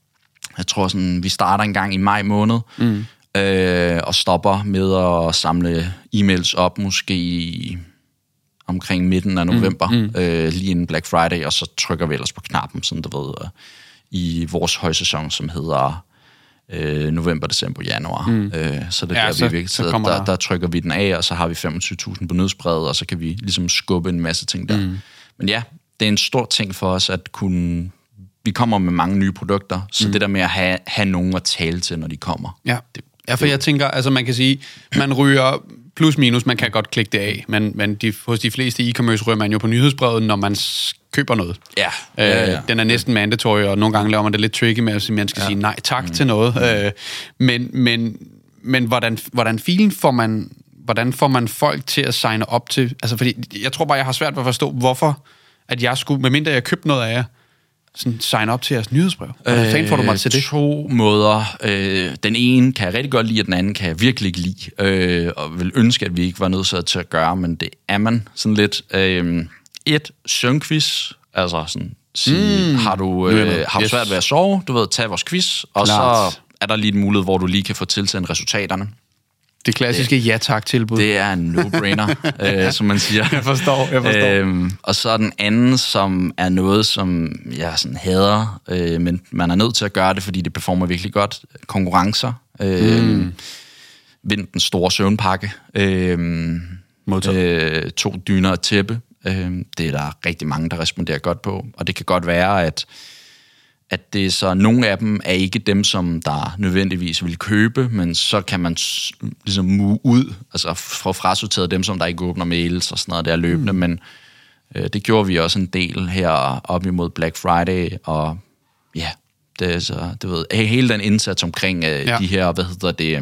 jeg tror sådan, vi starter en gang i maj måned, mm. øh, og stopper med at samle e-mails op, måske i, omkring midten af november, mm. Mm. Øh, lige inden Black Friday, og så trykker vi ellers på knappen, sådan du ved, i vores højsæson, som hedder øh, november, december, januar. Mm. Øh, så det er ja, der, så, vi så der, der, der trykker vi den af, og så har vi femogtyve tusind på nyhedsbrevet, og så kan vi ligesom skubbe en masse ting der. Mm. Men ja, det er en stor ting for os at kunne... Vi kommer med mange nye produkter, så mm. det der med at have, have nogen at tale til, når de kommer. Ja, det, ja for det, jeg tænker, altså man kan sige, man ryger plus minus, man kan godt klikke det af, men, men de, hos de fleste e-commerce ryger man jo på nyhedsbrevet, når man køber noget. Ja. Øh, ja, ja. Den er næsten mandatory, og nogle gange laver man det lidt tricky med, at man skal ja. sige nej tak mm. til noget. Mm. Øh, men men, men hvordan, hvordan filen får man... Hvordan får man folk til at signe op til... Altså, fordi jeg tror bare, jeg har svært ved at forstå, hvorfor at jeg skulle, medmindre jeg købte noget af jer, sådan signe op til jeres nyhedsbrev. Hvordan øh, fanden får du mig til det? To måder. Øh, den ene kan jeg rigtig godt lide, og den anden kan jeg virkelig ikke lide. Øh, og vil ønske, at vi ikke var nødt til at gøre, men det er man sådan lidt. Øh, et, søvnquiz. Altså sådan, sige, mm. har du, øh, har du svært ved at sove? Du ved, tag vores quiz, og Klart. så er der lige en mulighed, hvor du lige kan få tilsendt resultaterne. Det klassiske det, ja-tak-tilbud. Det er en no-brainer, øh, som man siger. Jeg forstår, jeg forstår. Øhm, og så den anden, som er noget, som jeg sådan hader, øh, men man er nødt til at gøre det, fordi det performer virkelig godt. Konkurrencer. Øh, mm. Vind den store søvnpakke. Øh, øh, to dyner og tæppe. Øh, det er der rigtig mange, der responderer godt på. Og det kan godt være, at at det så nogle af dem er ikke dem, som der nødvendigvis vil købe, men så kan man ligesom move ud, altså få frasorteret dem, som der ikke åbner mails og sådan noget der løbende, mm. men øh, det gjorde vi også en del her op imod Black Friday, og ja, det er så, du ved, hele den indsats omkring øh, ja. de her, hvad hedder det,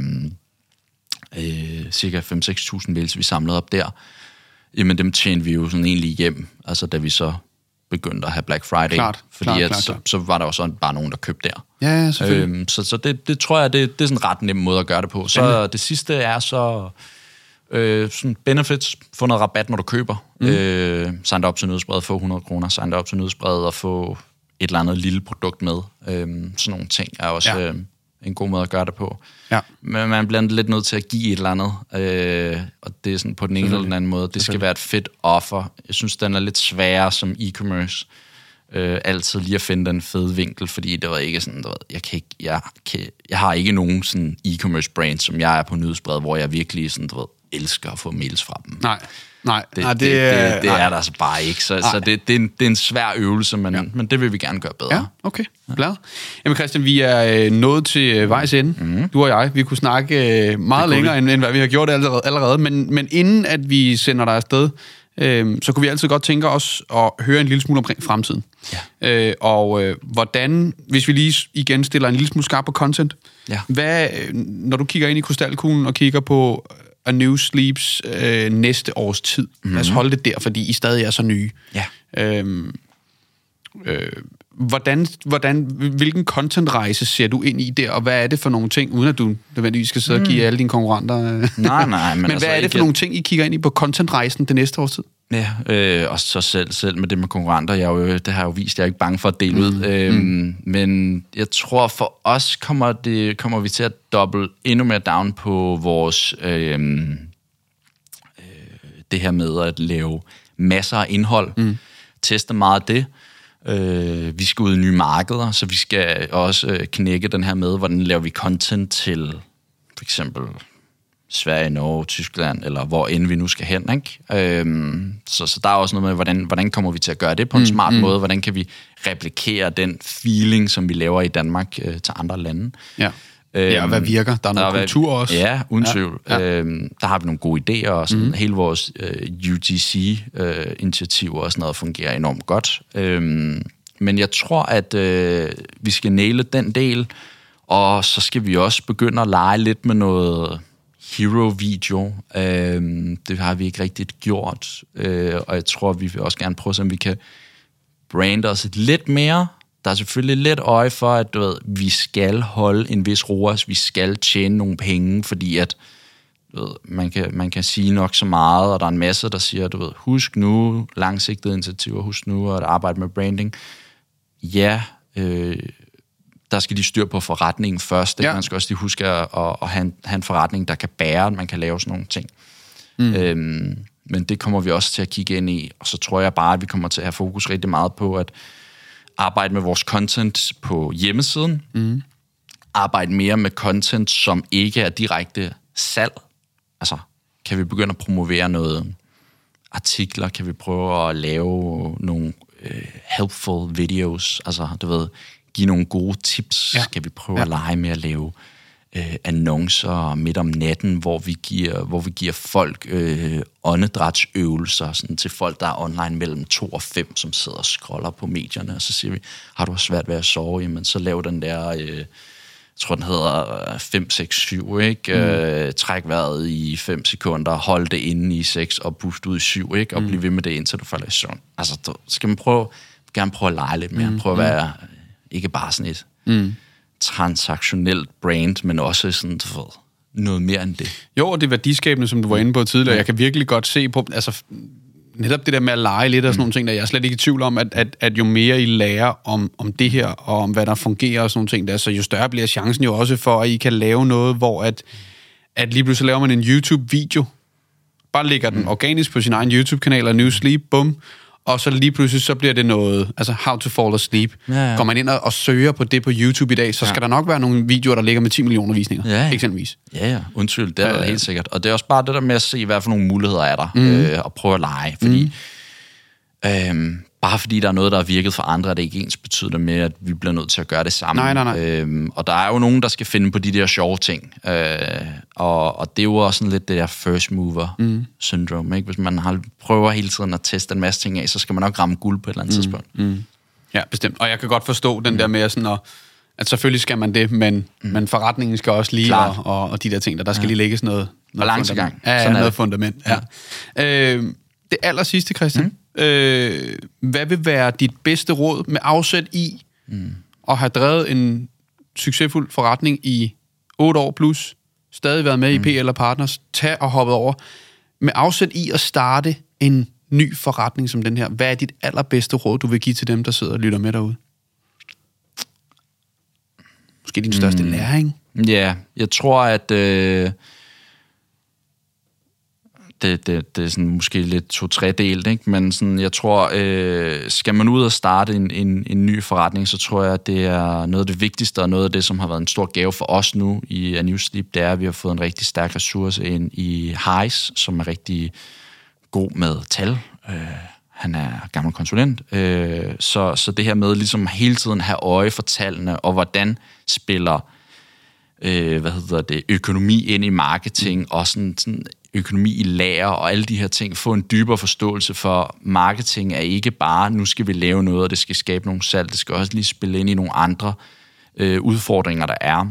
øh, cirka fem til seks tusind mails, vi samlede op der, jamen dem tjente vi jo sådan egentlig hjem, altså da vi så begyndte at have Black Friday, klart, fordi klart, at, klart, så, klart. så var der jo sådan bare nogen, der købte der. Ja, ja selvfølgelig. Øhm, så så det, det tror jeg, det, det er sådan en ret nem måde at gøre det på. Så Spændende. Det sidste er så øh, sådan benefits, få noget rabat, når du køber. Mm. Øh, sign dig op til nyhedsbrevet, få hundrede kroner, sign dig op til nyhedsbrevet og få et eller andet lille produkt med. Øh, sådan nogle ting er også ja. øh, en god måde at gøre det på. Ja. Men man bliver lidt nødt til at give et eller andet, øh, og det er sådan på den ene eller den anden måde. Det skal være et fedt offer. Jeg synes, den er lidt sværere som e-commerce. Øh, altid lige at finde den fede vinkel, fordi det var ikke sådan, du ved, jeg kan ikke, jeg, kan, jeg har ikke nogen sådan e-commerce brand, som jeg er på nyhedsbrevet, hvor jeg virkelig sådan, du ved, elsker at få mails fra dem. Nej. Nej, det, nej, det, det, det, det er der altså bare ikke. Så, så det, det, er en, det er en svær øvelse, men, ja. men det vil vi gerne gøre bedre. Ja, okay. Glad. Jamen Christian, vi er nået til vejs ende. Mm-hmm. Du og jeg, vi kunne snakke meget længere, end, end hvad vi har gjort allerede. allerede. Men, men inden at vi sender dig afsted, øh, så kunne vi altid godt tænke os at høre en lille smule omkring fremtiden. Ja. Øh, og øh, hvordan, hvis vi lige igen stiller en lille smule skarp på content, ja. hvad, når du kigger ind i krystalkuglen og kigger på A New Sleeps øh, næste års tid. Mm-hmm. Lad os holde det der, fordi I stadig er så nye. Ja. Øhm, øh, hvordan, hvordan, hvilken content-rejse ser du ind i der, og hvad er det for nogle ting, uden at du nødvendigvis skal sidde mm. og give alle dine konkurrenter... Nej, nej. Men, men altså, hvad er det for ikke... nogle ting, I kigger ind i på content-rejsen det næste års tid? Ja, øh, og så selv, selv med det med konkurrenter, jeg jo, det har jeg jo vist, jeg er ikke bange for at dele mm. ud. Øhm, mm. Men jeg tror, for os kommer, det, kommer vi til at doble endnu mere down på vores... Øh, øh, det her med at lave masser af indhold. Mm. Teste meget af det. Øh, vi skal ud i nye markeder, så vi skal også øh, knække den her med, hvordan laver vi content til for eksempel... Sverige, Norge, Tyskland, eller hvor end vi nu skal hen, ikke? Øhm, så, så der er også noget med, hvordan, hvordan kommer vi til at gøre det på en mm, smart mm. måde? Hvordan kan vi replikere den feeling, som vi laver i Danmark øh, til andre lande? Ja. Øhm, ja, hvad virker? Der er noget der kultur også. Ja, uden tvivl. Ja, ja. Øhm, der har vi nogle gode idéer, og sådan, mm. hele vores øh, U G C-initiativer øh, og sådan noget fungerer enormt godt. Øhm, men jeg tror, at øh, vi skal næle den del, og så skal vi også begynde at lege lidt med noget... hero-video. Øh, det har vi ikke rigtig gjort, øh, og jeg tror, vi vil også gerne prøve, om vi kan brande os lidt mere. Der er selvfølgelig lidt øje for, at du ved, vi skal holde en vis R O A S, vi skal tjene nogle penge, fordi at du ved, man, kan, man kan sige nok så meget, og der er en masse, der siger, du ved, husk nu langsigtede initiativer, husk nu at arbejde med branding. Ja, øh, der skal de styr på forretningen først. Ja. Man skal også lige huske at, at, at have, en, have en forretning, der kan bære, at man kan lave sådan nogle ting. Mm. Øhm, men det kommer vi også til at kigge ind i, og så tror jeg bare, at vi kommer til at have fokus rigtig meget på at arbejde med vores content på hjemmesiden, mm. arbejde mere med content, som ikke er direkte salg. Altså, kan vi begynde at promovere noget artikler, kan vi prøve at lave nogle øh, helpful videos, altså, du ved, give nogle gode tips, ja. Kan vi prøve ja. At lege med at lave øh, annoncer midt om natten, hvor vi giver, hvor vi giver folk øh, åndedrætsøvelser sådan, til folk, der er online mellem to og fem, som sidder og scroller på medierne, og så siger vi, har du svært ved at sove, jamen så lav den der, øh, jeg tror den hedder fem seks syv, ikke? Mm. Øh, træk vejret i fem sekunder, hold det inde i seks og pust ud i syv, ikke? Og mm. bliv ved med det, indtil du falder i søvn. Altså, så skal man prøve, gerne prøve at lege lidt mere, mm. prøve at være ikke bare sådan et mm. transaktionelt brand, men også sådan, du ved, noget mere end det. Jo, og det værdiskabende, som du var inde på tidligere, jeg kan virkelig godt se på, altså netop det der med at lege lidt og sådan mm. nogle ting, der jeg er slet ikke i tvivl om, at, at, at jo mere I lærer om, om det her, og om hvad der fungerer og sådan nogle ting der, så jo større bliver chancen jo også for, at I kan lave noget, hvor at, at lige pludselig laver man en YouTube-video, bare lægger den mm. organisk på sin egen YouTube-kanal og New Sleep, bum, og så lige pludselig, så bliver det noget, altså How to Fall Asleep. Ja, ja. Går man ind og, og søger på det på YouTube i dag, så skal ja. Der nok være nogle videoer, der ligger med ti millioner visninger, ja, ja. Eksempelvis. Ja, ja, undskyld, det er ja, ja. Helt sikkert. Og det er også bare det der med at se, hvad for nogle muligheder er der, mm. øh, og prøve at lege, fordi mm. øhm, bare fordi der er noget, der er virket for andre, er det ikke ens betydende med, at vi bliver nødt til at gøre det sammen. Nej, nej, nej. Øhm, og der er jo nogen, der skal finde på de der sjove ting. Øh, og, og det er jo også sådan lidt det der first mover mm. syndrome, ikke? Hvis man har, prøver hele tiden at teste en masse ting af, så skal man nok ramme guld på et eller andet mm. tidspunkt. Mm. Ja, bestemt. Og jeg kan godt forstå den mm. der med sådan at, at selvfølgelig skal man det, men, mm. men forretningen skal også lige, og, og, og de der ting, der, der skal ja. Lige lægges noget, noget balancegang. Ja, ja, noget fundament. Ja. Ja. Øh, det aller sidste, Christian. Mm. Øh, hvad vil være dit bedste råd med afsæt i mm. at have drevet en succesfuld forretning i otte år plus, stadig været med mm. i P L og Partners, tag og hoppet over, med afsæt i at starte en ny forretning som den her? Hvad er dit allerbedste råd, du vil give til dem, der sidder og lytter med derude? Måske din største mm. læring? Ja, yeah, jeg tror, at øh, det, det, det er sådan måske lidt to-tre-delt, ikke? Men sådan, jeg tror, øh, skal man ud og starte en, en, en ny forretning, så tror jeg, at det er noget af det vigtigste, og noget af det, som har været en stor gave for os nu i A New Sleep, det er, at vi har fået en rigtig stærk ressource ind i Heis, som er rigtig god med tal. Øh, han er gammel konsulent. Øh, så, så det her med ligesom hele tiden have øje for tallene, og hvordan spiller øh, hvad hedder det, økonomi ind i marketing, og sådan, sådan økonomi i lager og alle de her ting, få en dybere forståelse for, marketing er ikke bare, nu skal vi lave noget, og det skal skabe nogle salg, det skal også lige spille ind i nogle andre øh, udfordringer, der er.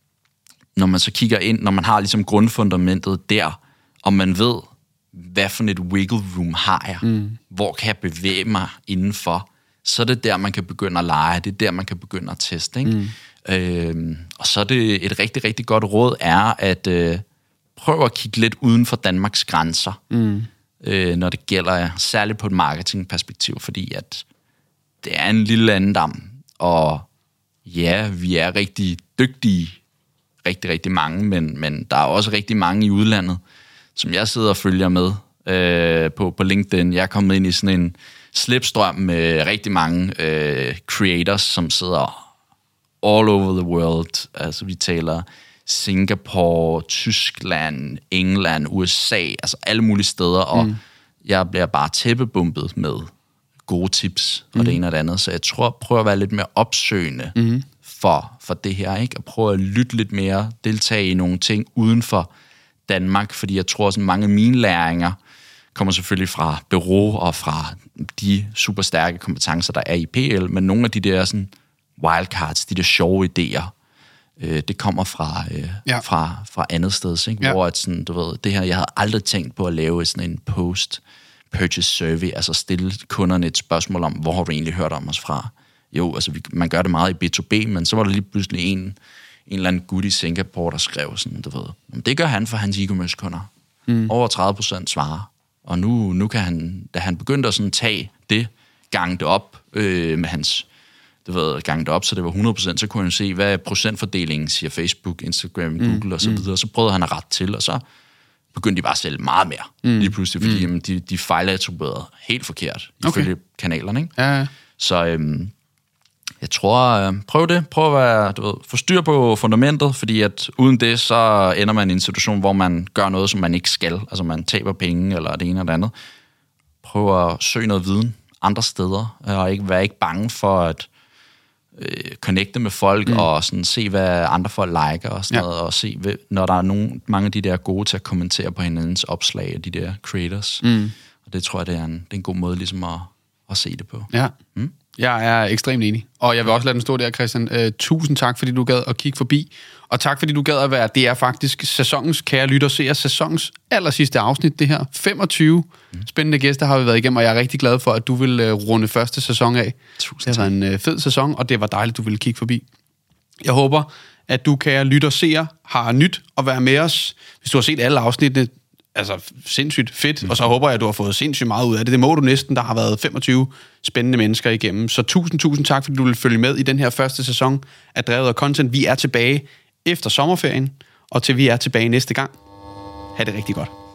Når man så kigger ind, når man har ligesom grundfundamentet der, og man ved, hvad for et wiggle room har jeg, mm. hvor kan jeg bevæge mig indenfor, så er det der, man kan begynde at lege, det er der, man kan begynde at teste, ikke? Mm. Øhm, og så er det et rigtig, rigtig godt råd er, at øh, prøv at kigge lidt uden for Danmarks grænser, mm. øh, når det gælder, særligt på et marketingperspektiv, fordi at det er en lille landedam, og ja, vi er rigtig dygtige, rigtig, rigtig mange, men, men der er også rigtig mange i udlandet, som jeg sidder og følger med øh, på, på LinkedIn. Jeg er kommet ind i sådan en slipstrøm med rigtig mange øh, creators, som sidder all over the world. Altså vi taler Singapore, Tyskland, England, U S A, altså alle mulige steder, og mm. jeg bliver bare tæppebumpet med gode tips, og mm. det ene og det andet. Så jeg tror, prøv at være lidt mere opsøgende mm. for, for det her, ikke? Og prøv at lytte lidt mere, deltage i nogle ting uden for Danmark, fordi jeg tror, at mange af mine læringer kommer selvfølgelig fra bureau og fra de super stærke kompetencer, der er i P L, men nogle af de der sådan wildcards, de der sjove idéer, øh, det kommer fra, øh, ja. fra, fra andet sted, ikke? Ja. Hvor at sådan, du ved, det her, jeg havde aldrig tænkt på at lave sådan en post-purchase survey, altså stille kunderne et spørgsmål om, hvor har du egentlig hørt om os fra? Jo, altså vi, man gør det meget i B to B, men så var der lige pludselig en, en eller anden gut i Singapore, der skrev sådan, du ved, det gør han for hans e-commerce-kunder. Mm. Over tredive procent svarer. Og nu, nu kan han, da han begyndte at sådan tage det, gange det op øh, med hans du ved, gange det op, så det var hundrede procent, så kunne han se, hvad procentfordelingen siger Facebook, Instagram, Google mm. og så videre. Så prøvede han at rette til, og så begyndte de bare at sælge meget mere, mm. lige pludselig, fordi mm. jamen, de, de fejlattribuerede helt forkert, ifølge okay. kanalerne, ikke? Ja, ja. Så øhm, jeg tror, øh, prøv det, prøv at være, du ved, få styr på fundamentet, fordi at uden det, så ender man i en situation, hvor man gør noget, som man ikke skal, altså man taber penge, eller det ene eller det andet. Prøv at søge noget viden andre steder, og ikke være ikke bange for at øh, connecte med folk, mm. og sådan se, hvad andre folk liker, og sådan ja. noget, og se, når der er nogen, mange af de der gode til at kommentere på hinandens opslag, af de der creators. Mm. Og det tror jeg, det er en, det er en god måde ligesom at, at se det på. Ja. Mm? Jeg er ekstremt enig. Og jeg vil også lade den stå der, Christian. Uh, tusind tak, fordi du gad at kigge forbi. Og tak, fordi du gad at være, det er faktisk sæsonens, kære lytter, ser sæsonens aller sidste afsnit, det her. femogtyve mm. spændende gæster har vi været igennem, og jeg er rigtig glad for, at du vil uh, runde første sæson af. Tusind det var en uh, fed sæson, og det var dejligt, du ville kigge forbi. Jeg håber, at du, kære lytter, ser, har nyt at være med os. Hvis du har set alle afsnittene, altså sindssygt fedt, mm. og så håber jeg, at du har fået sindssygt meget ud af det. Det må du næsten, der har været femogtyve spændende mennesker igennem. Så tusind, tusind tak, fordi du vil følge med i den her første sæson af Drevet af Content. Vi er tilbage efter sommerferien, og til vi er tilbage næste gang. Ha' det rigtig godt.